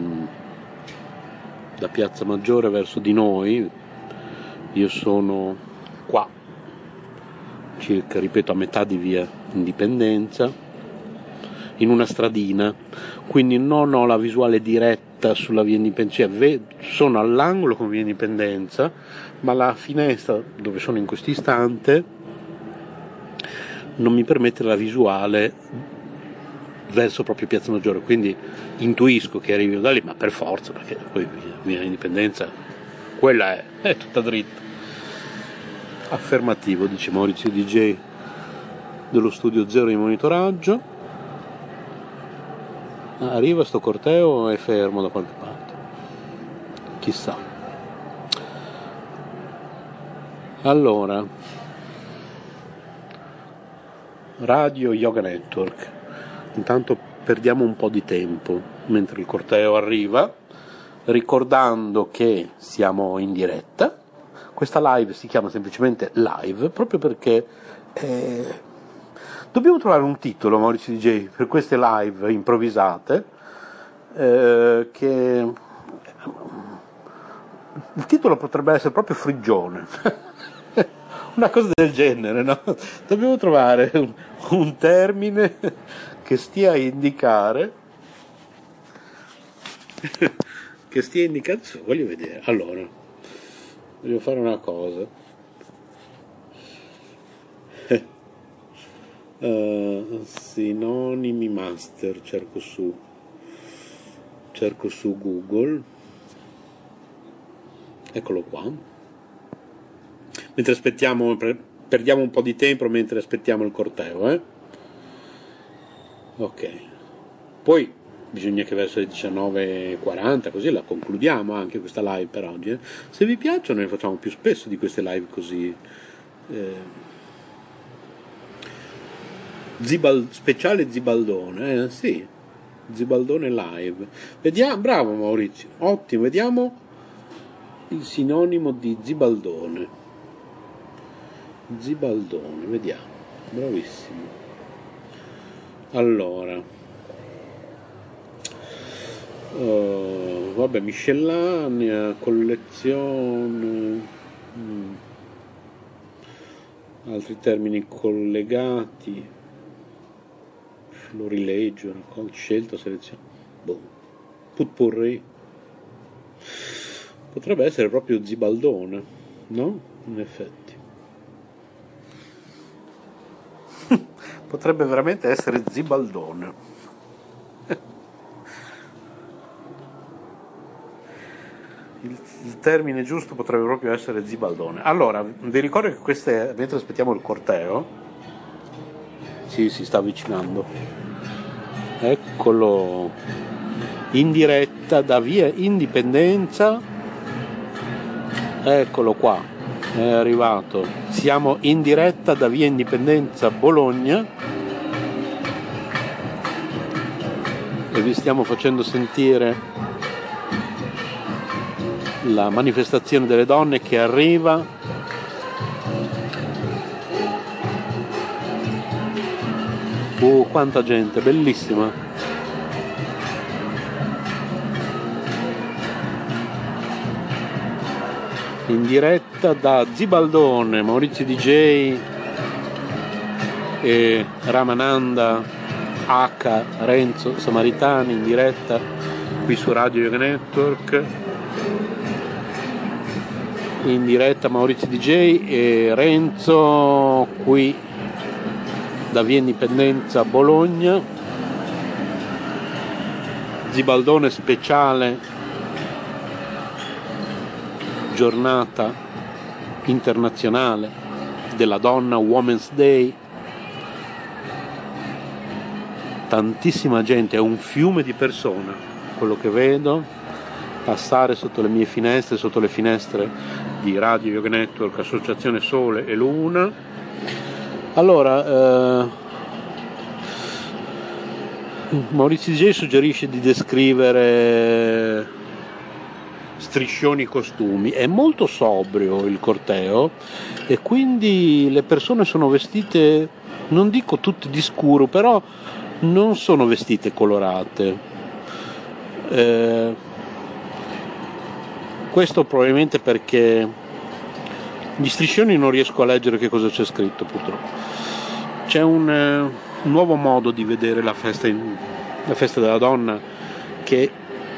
Piazza Maggiore verso di noi. Io sono qua, circa, ripeto, a metà di via Indipendenza, in una stradina, quindi non ho la visuale diretta sulla via Indipendenza, sono all'angolo con via Indipendenza, ma la finestra dove sono in questo istante non mi permette la visuale verso proprio Piazza Maggiore, quindi intuisco che arrivi da lì, ma per forza, perché poi via Indipendenza quella è tutta dritta. Affermativo, dice Maurizio DJ dello studio zero di monitoraggio. Arriva sto corteo o è fermo da qualche parte? Chissà. Allora, Radio Yoga Network. Intanto perdiamo un po' di tempo mentre il corteo arriva, ricordando che siamo in diretta. Questa live si chiama semplicemente live, proprio perché dobbiamo trovare un titolo, Maurizio DJ, per queste live improvvisate, che il titolo potrebbe essere proprio Frigione. Una cosa del genere, no? Dobbiamo trovare un termine che stia a indicare voglio vedere. Allora, voglio fare una cosa. Sinonimi master, cerco su Google, eccolo qua. Mentre aspettiamo, perdiamo un po' di tempo mentre aspettiamo il corteo, ok, poi bisogna che verso le 19:40 così la concludiamo anche questa live per oggi, Se vi piacciono ne facciamo più spesso di queste live così, speciale Zibaldone, sì, Zibaldone live. Vediamo, bravo Maurizio, ottimo, vediamo il sinonimo di Zibaldone, vediamo, bravissimo. Allora, vabbè, miscellanea, collezione, altri termini collegati, florileggio, scelta, selezione, putpurri. Potrebbe essere proprio Zibaldone, no? In effetti. Potrebbe veramente essere Zibaldone. Il il termine giusto potrebbe proprio essere zibaldone. Allora, vi ricordo che mentre aspettiamo il corteo, sì, si sta avvicinando, eccolo, in diretta da via Indipendenza, eccolo qua, è arrivato, siamo in diretta da via Indipendenza Bologna e vi stiamo facendo sentire la manifestazione delle donne che arriva. Quanta gente, bellissima. In diretta da Zibaldone, Maurizio DJ e Ramananda H, Renzo Samaritani in diretta qui su Radio Yoga Network. In diretta Maurizio DJ e Renzo qui da via Indipendenza Bologna, Zibaldone speciale, giornata internazionale della donna, Women's Day. Tantissima gente, è un fiume di persone quello che vedo passare sotto le mie finestre, sotto le finestre di Radio Yoga Network, Associazione Sole e Luna. Allora, Maurizio DJ suggerisce di descrivere striscioni costumi. È molto sobrio il corteo e quindi le persone sono vestite, non dico tutte di scuro, però non sono vestite colorate. Questo probabilmente perché gli striscioni non riesco a leggere che cosa c'è scritto, purtroppo. C'è un nuovo modo di vedere la festa della donna, che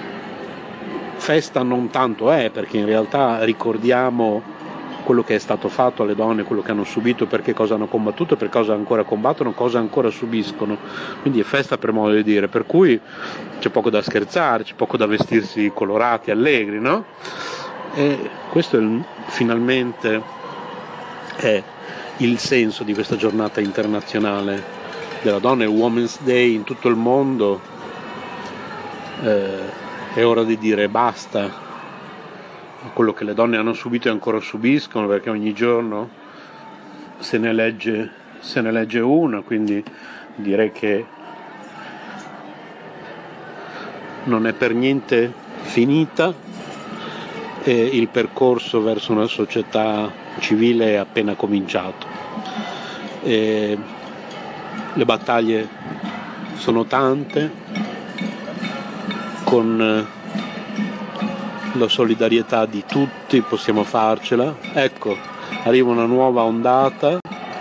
festa non tanto è, perché in realtà ricordiamo quello che è stato fatto alle donne, quello che hanno subito, perché cosa hanno combattuto, per cosa ancora combattono, cosa ancora subiscono. Quindi è festa per modo di dire, per cui c'è poco da scherzare, c'è poco da vestirsi colorati, allegri, no? E questo finalmente è il senso di questa giornata internazionale della donna, il Women's Day in tutto il mondo. È ora di dire basta a quello che le donne hanno subito e ancora subiscono, perché ogni giorno se ne legge una, quindi direi che non è per niente finita e il percorso verso una società civile è appena cominciato. E le battaglie sono tante, con la solidarietà di tutti possiamo farcela. Ecco, arriva una nuova ondata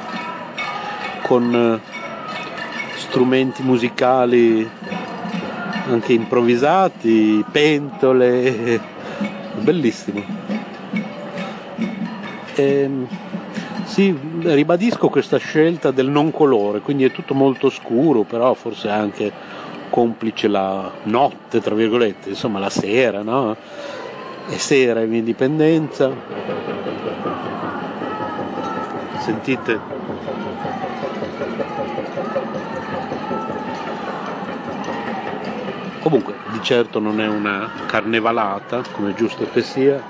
con strumenti musicali anche improvvisati, pentole, bellissimo. Sì, ribadisco questa scelta del non colore, quindi è tutto molto scuro, però forse anche complice la notte, tra virgolette, insomma la sera, no? È sera in Indipendenza, sentite comunque di certo non è una carnevalata, come è giusto che sia.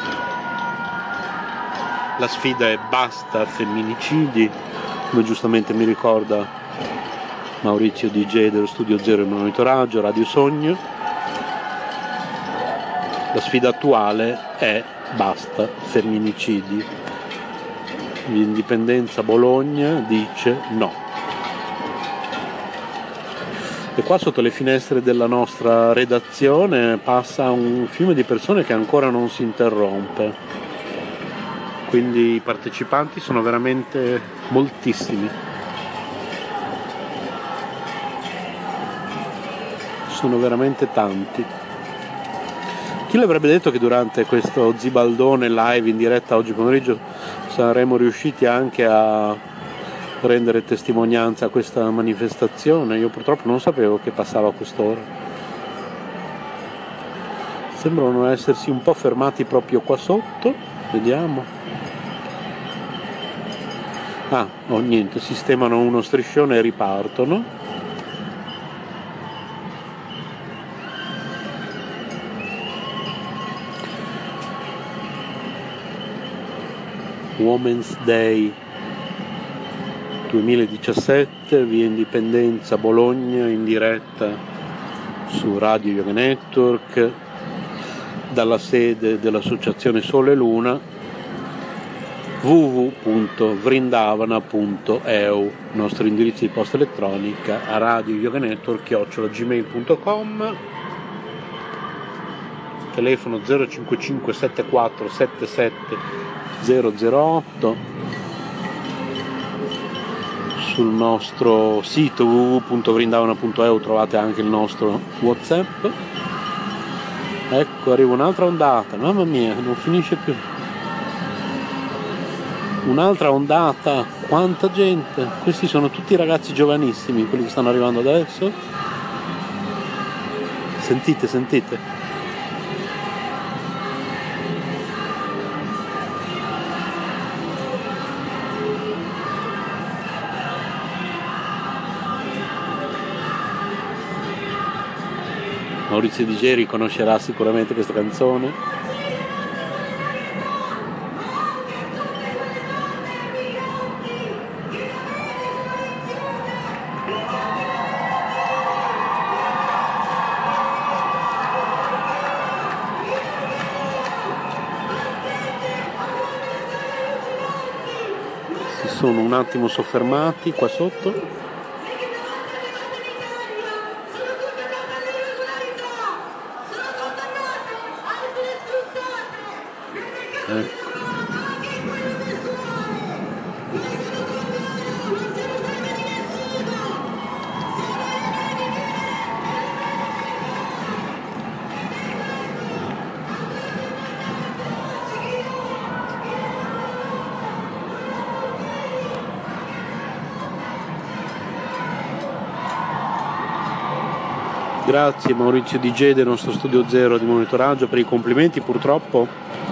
La sfida è basta femminicidi, come giustamente mi ricorda Maurizio DJ dello Studio Zero in Monitoraggio, Radio Sogno. La sfida attuale è basta femminicidi. L'Indipendenza Bologna dice no. E qua sotto le finestre della nostra redazione passa un fiume di persone che ancora non si interrompe. Quindi i partecipanti sono veramente moltissimi. Sono veramente tanti. Chi l'avrebbe detto che durante questo Zibaldone live in diretta oggi pomeriggio saremmo riusciti anche a rendere testimonianza a questa manifestazione? Io purtroppo non sapevo che passava a quest'ora. Sembrano essersi un po' fermati proprio qua sotto, vediamo. Oh niente, sistemano uno striscione e ripartono. Women's Day 2017, via Indipendenza, Bologna, in diretta su Radio Yoga Network dalla sede dell'associazione Sole e Luna, www.vrindavana.eu, nostro indirizzo di posta elettronica a radioyoganetwork@gmail.com, telefono 055 74 77 008, sul nostro sito www.vrindavana.eu trovate anche il nostro WhatsApp. Ecco, arriva un'altra ondata, mamma mia, non finisce più. Un'altra ondata, quanta gente! Questi sono tutti ragazzi giovanissimi, quelli che stanno arrivando adesso. Sentite, sentite. Maurizio DJ riconoscerà sicuramente questa canzone. Si sono un attimo soffermati qua sotto. Grazie Maurizio DJ del nostro Studio Zero di monitoraggio per i complimenti. Purtroppo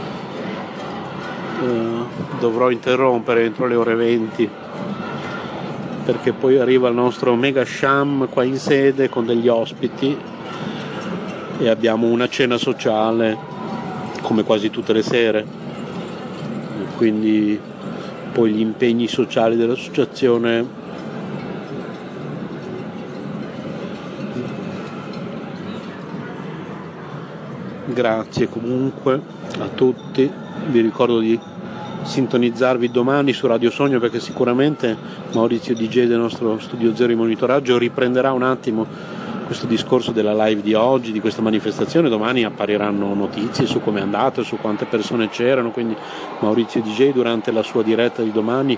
dovrò interrompere entro le ore 20 perché poi arriva il nostro mega sham qua in sede con degli ospiti e abbiamo una cena sociale come quasi tutte le sere, e quindi poi gli impegni sociali dell'associazione Grazie comunque a tutti, vi ricordo di sintonizzarvi domani su Radio Sogno perché sicuramente Maurizio DJ del nostro Studio Zero di monitoraggio riprenderà un attimo questo discorso della live di oggi, di questa manifestazione. Domani appariranno notizie su come è andata, su quante persone c'erano, quindi Maurizio DJ durante la sua diretta di domani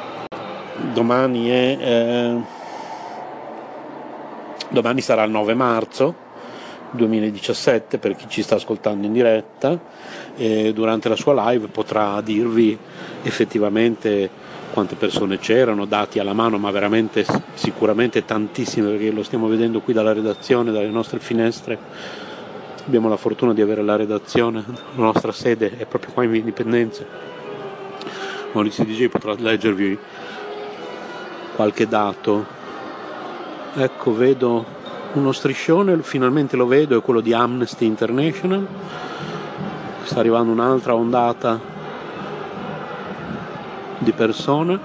sarà il 9 marzo 2017 per chi ci sta ascoltando in diretta, e durante la sua live potrà dirvi effettivamente quante persone c'erano, dati alla mano, ma veramente sicuramente tantissime, perché lo stiamo vedendo qui dalla redazione, dalle nostre finestre. Abbiamo la fortuna di avere la redazione, la nostra sede è proprio qua in Indipendenza. Maurizio DJ potrà leggervi qualche dato. Ecco, vedo uno striscione, finalmente lo vedo, è quello di Amnesty International. Sta arrivando un'altra ondata di persone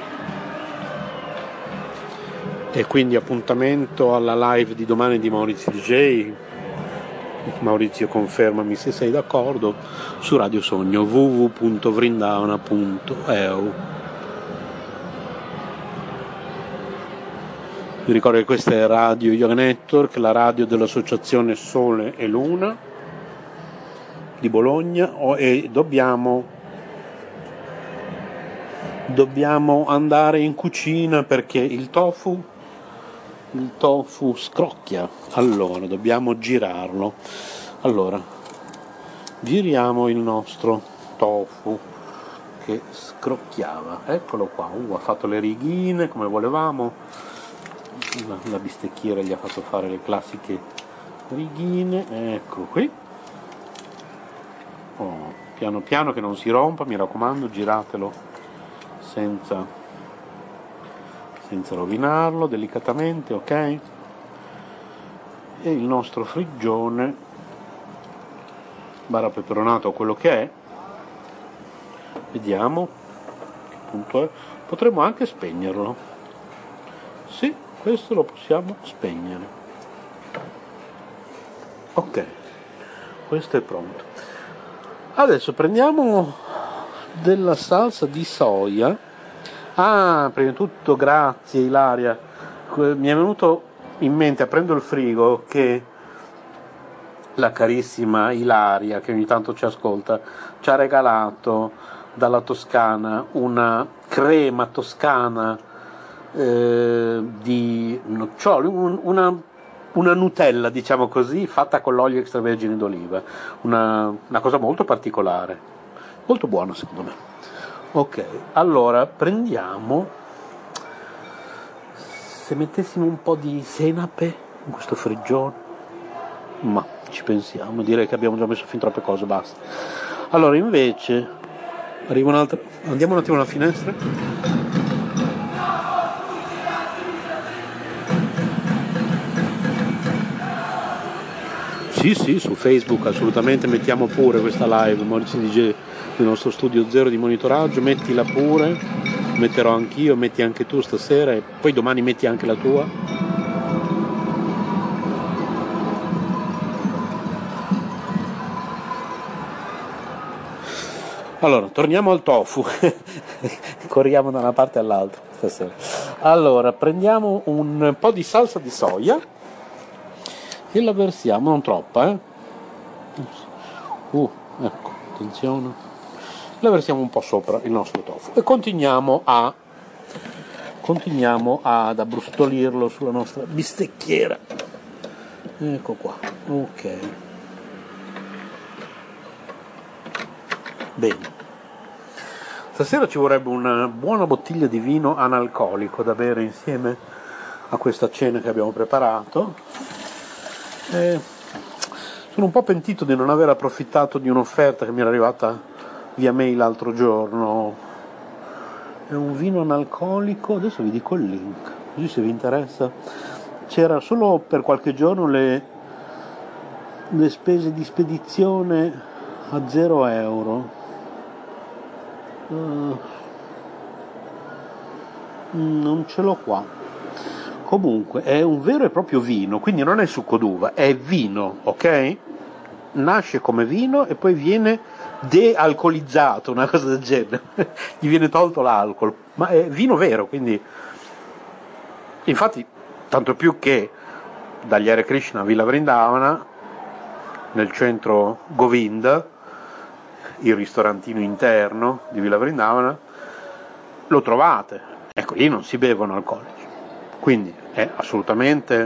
e quindi appuntamento alla live di domani di Maurizio DJ. Maurizio, confermami se sei d'accordo, su Radio Sogno www.vrindavana.eu. Vi ricordo che questa è Radio Yoga Network, la radio dell'associazione Sole e Luna di Bologna, e dobbiamo andare in cucina perché il tofu scrocchia. Allora, dobbiamo girarlo. Allora, giriamo il nostro tofu che scrocchiava. Eccolo qua, ha fatto le righine come volevamo. La bistecchiera gli ha fatto fare le classiche righine, ecco qui, piano piano che non si rompa, mi raccomando, giratelo senza rovinarlo, delicatamente, ok? E il nostro frigione barra peperonato, quello che è, vediamo che punto è. Potremmo anche spegnerlo, sì, questo lo possiamo spegnere, ok, questo è pronto. Adesso prendiamo della salsa di soia. Prima di tutto grazie Ilaria, mi è venuto in mente aprendo il frigo che la carissima Ilaria, che ogni tanto ci ascolta, ci ha regalato dalla Toscana una crema toscana di noccioli, una Nutella, diciamo così, fatta con l'olio extravergine d'oliva, una cosa molto particolare, molto buona secondo me. Ok, allora prendiamo, se mettessimo un po' di senape in questo frigione, ma ci pensiamo, direi che abbiamo già messo fin troppe cose, basta. Allora invece arriva un'altra, andiamo un attimo alla finestra. Sì, su Facebook assolutamente, mettiamo pure questa live, Maurizio DJ del nostro studio zero di monitoraggio, mettila pure, metterò anch'io, metti anche tu stasera e poi domani metti anche la tua. Allora, torniamo al tofu, corriamo da una parte all'altra stasera. Allora, prendiamo un po' di salsa di soia e la versiamo, non troppa, ecco, attenzione, la versiamo un po' sopra il nostro tofu e continuiamo ad abbrustolirlo sulla nostra bistecchiera. Ecco qua, ok, bene. Stasera ci vorrebbe una buona bottiglia di vino analcolico da bere insieme a questa cena che abbiamo preparato. Sono un po' pentito di non aver approfittato di un'offerta che mi era arrivata via mail l'altro giorno. È un vino analcolico, adesso vi dico il link, così se vi interessa. C'era solo per qualche giorno le spese di spedizione a 0 euro. Non ce l'ho qua. Comunque è un vero e proprio vino, quindi non è succo d'uva, è vino, ok? Nasce come vino e poi viene dealcolizzato, una cosa del genere, gli viene tolto l'alcol, ma è vino vero, quindi infatti tanto più che dagli Hare Krishna a Villa Vrindavana, nel centro Govinda, il ristorantino interno di Villa Vrindavana, lo trovate, ecco, lì non si bevono alcolici, quindi è assolutamente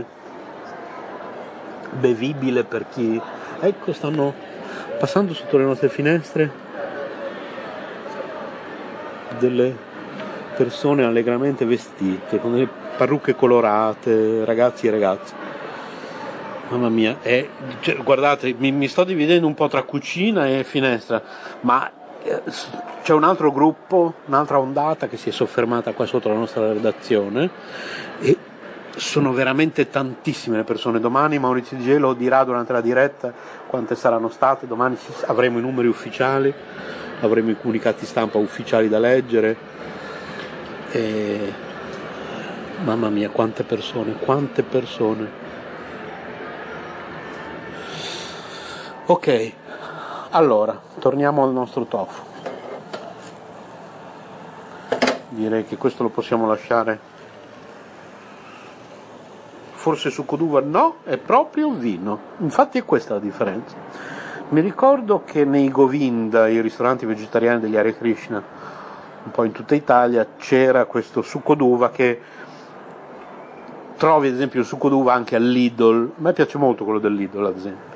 bevibile per chi... Ecco, stanno passando sotto le nostre finestre delle persone allegramente vestite, con delle parrucche colorate, ragazzi e ragazze. Mamma mia, guardate, mi sto dividendo un po' tra cucina e finestra, ma c'è un altro gruppo, un'altra ondata che si è soffermata qua sotto la nostra redazione e sono veramente tantissime le persone. Domani Maurizio DJ lo dirà durante la diretta quante saranno state, domani avremo i numeri ufficiali, avremo i comunicati stampa ufficiali da leggere e... mamma mia, quante persone. Ok, allora, torniamo al nostro tofu. Direi che questo lo possiamo lasciare. Forse succo d'uva no, è proprio vino. Infatti è questa la differenza. Mi ricordo che nei Govinda, i ristoranti vegetariani degli Hare Krishna, un po' in tutta Italia, c'era questo succo d'uva che trovi ad esempio il succo d'uva anche al Lidl. A me piace molto quello del Lidl, ad esempio.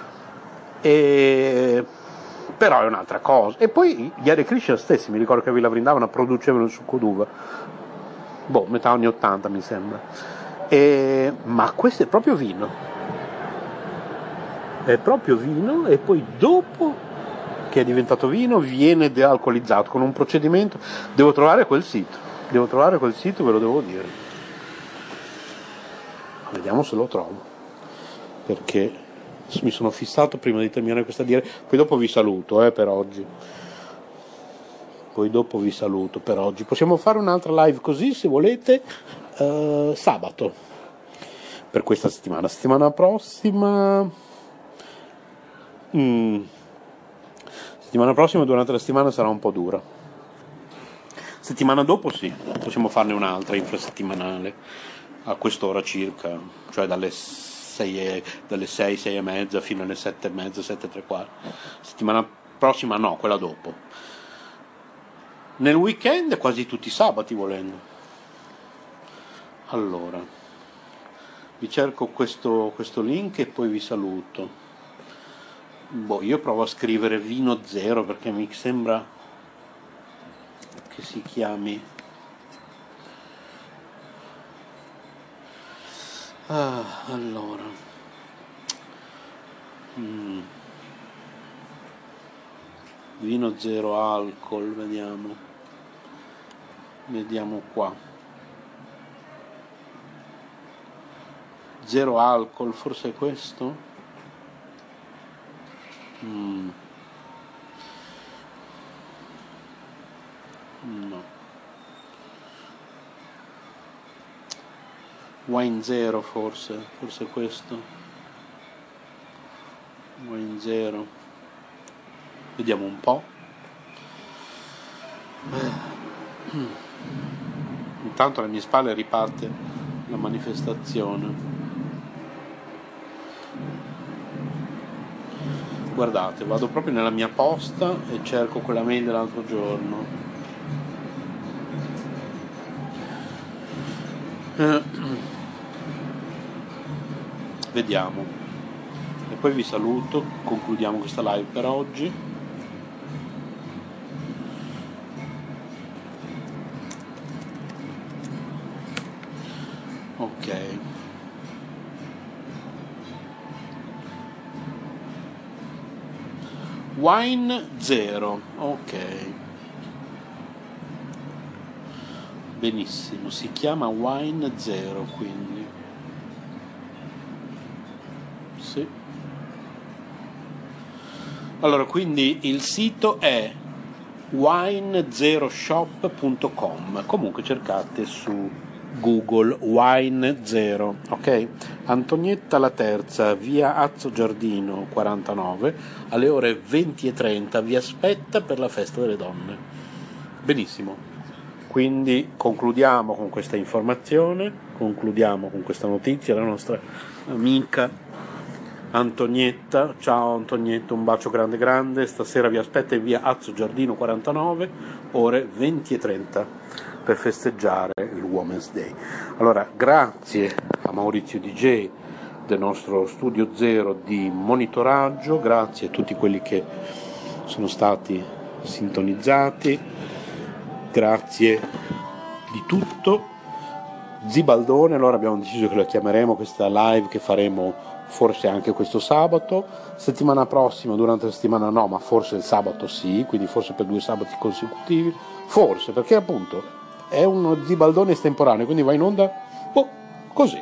Però è un'altra cosa. E poi gli Hare Krishna stessi, mi ricordo che a Villa Vrindavana producevano il succo d'uva, metà anni 80 mi sembra. Ma questo è proprio vino, e poi dopo che è diventato vino viene dealcolizzato con un procedimento. Devo trovare quel sito, ve lo devo dire. Vediamo se lo trovo, perché mi sono fissato prima di terminare questa diretta. Poi dopo vi saluto per oggi. Possiamo fare un'altra live così se volete sabato per questa settimana. Settimana prossima durante la settimana sarà un po' dura. Settimana dopo sì, possiamo farne un'altra infrasettimanale a quest'ora circa, cioè dalle 6, 6 e mezza fino alle 7 e mezza, 7 e tre quarti. Settimana prossima no, quella dopo. Nel weekend quasi tutti i sabati volendo. Allora, vi cerco questo link e poi vi saluto. Io provo a scrivere Vino Zero perché mi sembra che si chiami allora Vino Zero Alcol, vediamo qua, Zero Alcol, forse è questo? No, Wine Zero, forse è questo, Wine Zero, vediamo un po'. Intanto alle mie spalle riparte la manifestazione. Guardate, vado proprio nella mia posta e cerco quella mail dell'altro giorno. Vediamo. E poi vi saluto, concludiamo questa live per oggi. Ok. Wine Zero, ok. Benissimo, si chiama Wine Zero, quindi. Sì. Allora, quindi il sito è winezeroshop.com. Comunque cercate su Google Wine Zero, ok? Antonietta la Terza, via Azzo Giardino 49, alle ore 20:30 vi aspetta per la festa delle donne. Benissimo, quindi concludiamo con questa informazione, concludiamo con questa notizia, la nostra amica Antonietta. Ciao Antonietta, un bacio grande grande, stasera vi aspetta in via Azzo Giardino 49, ore 20:30 per festeggiare il Women's Day. Allora, grazie a Maurizio DJ del nostro Studio Zero di monitoraggio, grazie a tutti quelli che sono stati sintonizzati, grazie di tutto. Zibaldone, allora abbiamo deciso che lo chiameremo questa live che faremo forse anche questo sabato, settimana prossima, durante la settimana no, ma forse il sabato sì, quindi forse per 2 sabati consecutivi, forse, perché appunto è uno Zibaldone estemporaneo, quindi va in onda così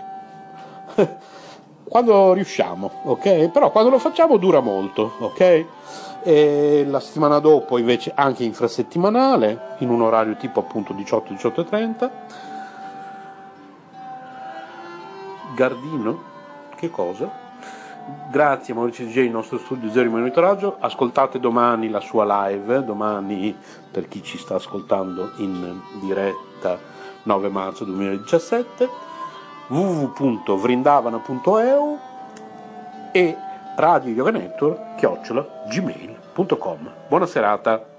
quando riusciamo, ok? Però quando lo facciamo dura molto, ok? E la settimana dopo invece anche infrasettimanale, in un orario tipo appunto 18-18:30. Gardino? Che cosa? Grazie a Maurizio DJ, il nostro Studio Zero di monitoraggio. Ascoltate domani la sua live, domani per chi ci sta ascoltando in diretta 9 marzo 2017, www.vrindavana.eu e radioyoganetwork@gmail.com. Buona serata.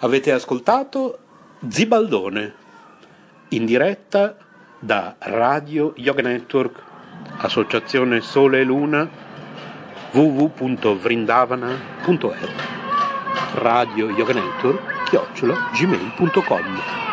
Avete ascoltato Zibaldone, in diretta da Radio Yoga Network, Associazione Sole e Luna, www.vrindavana.it, Radio Yoga Network, @gmail.com.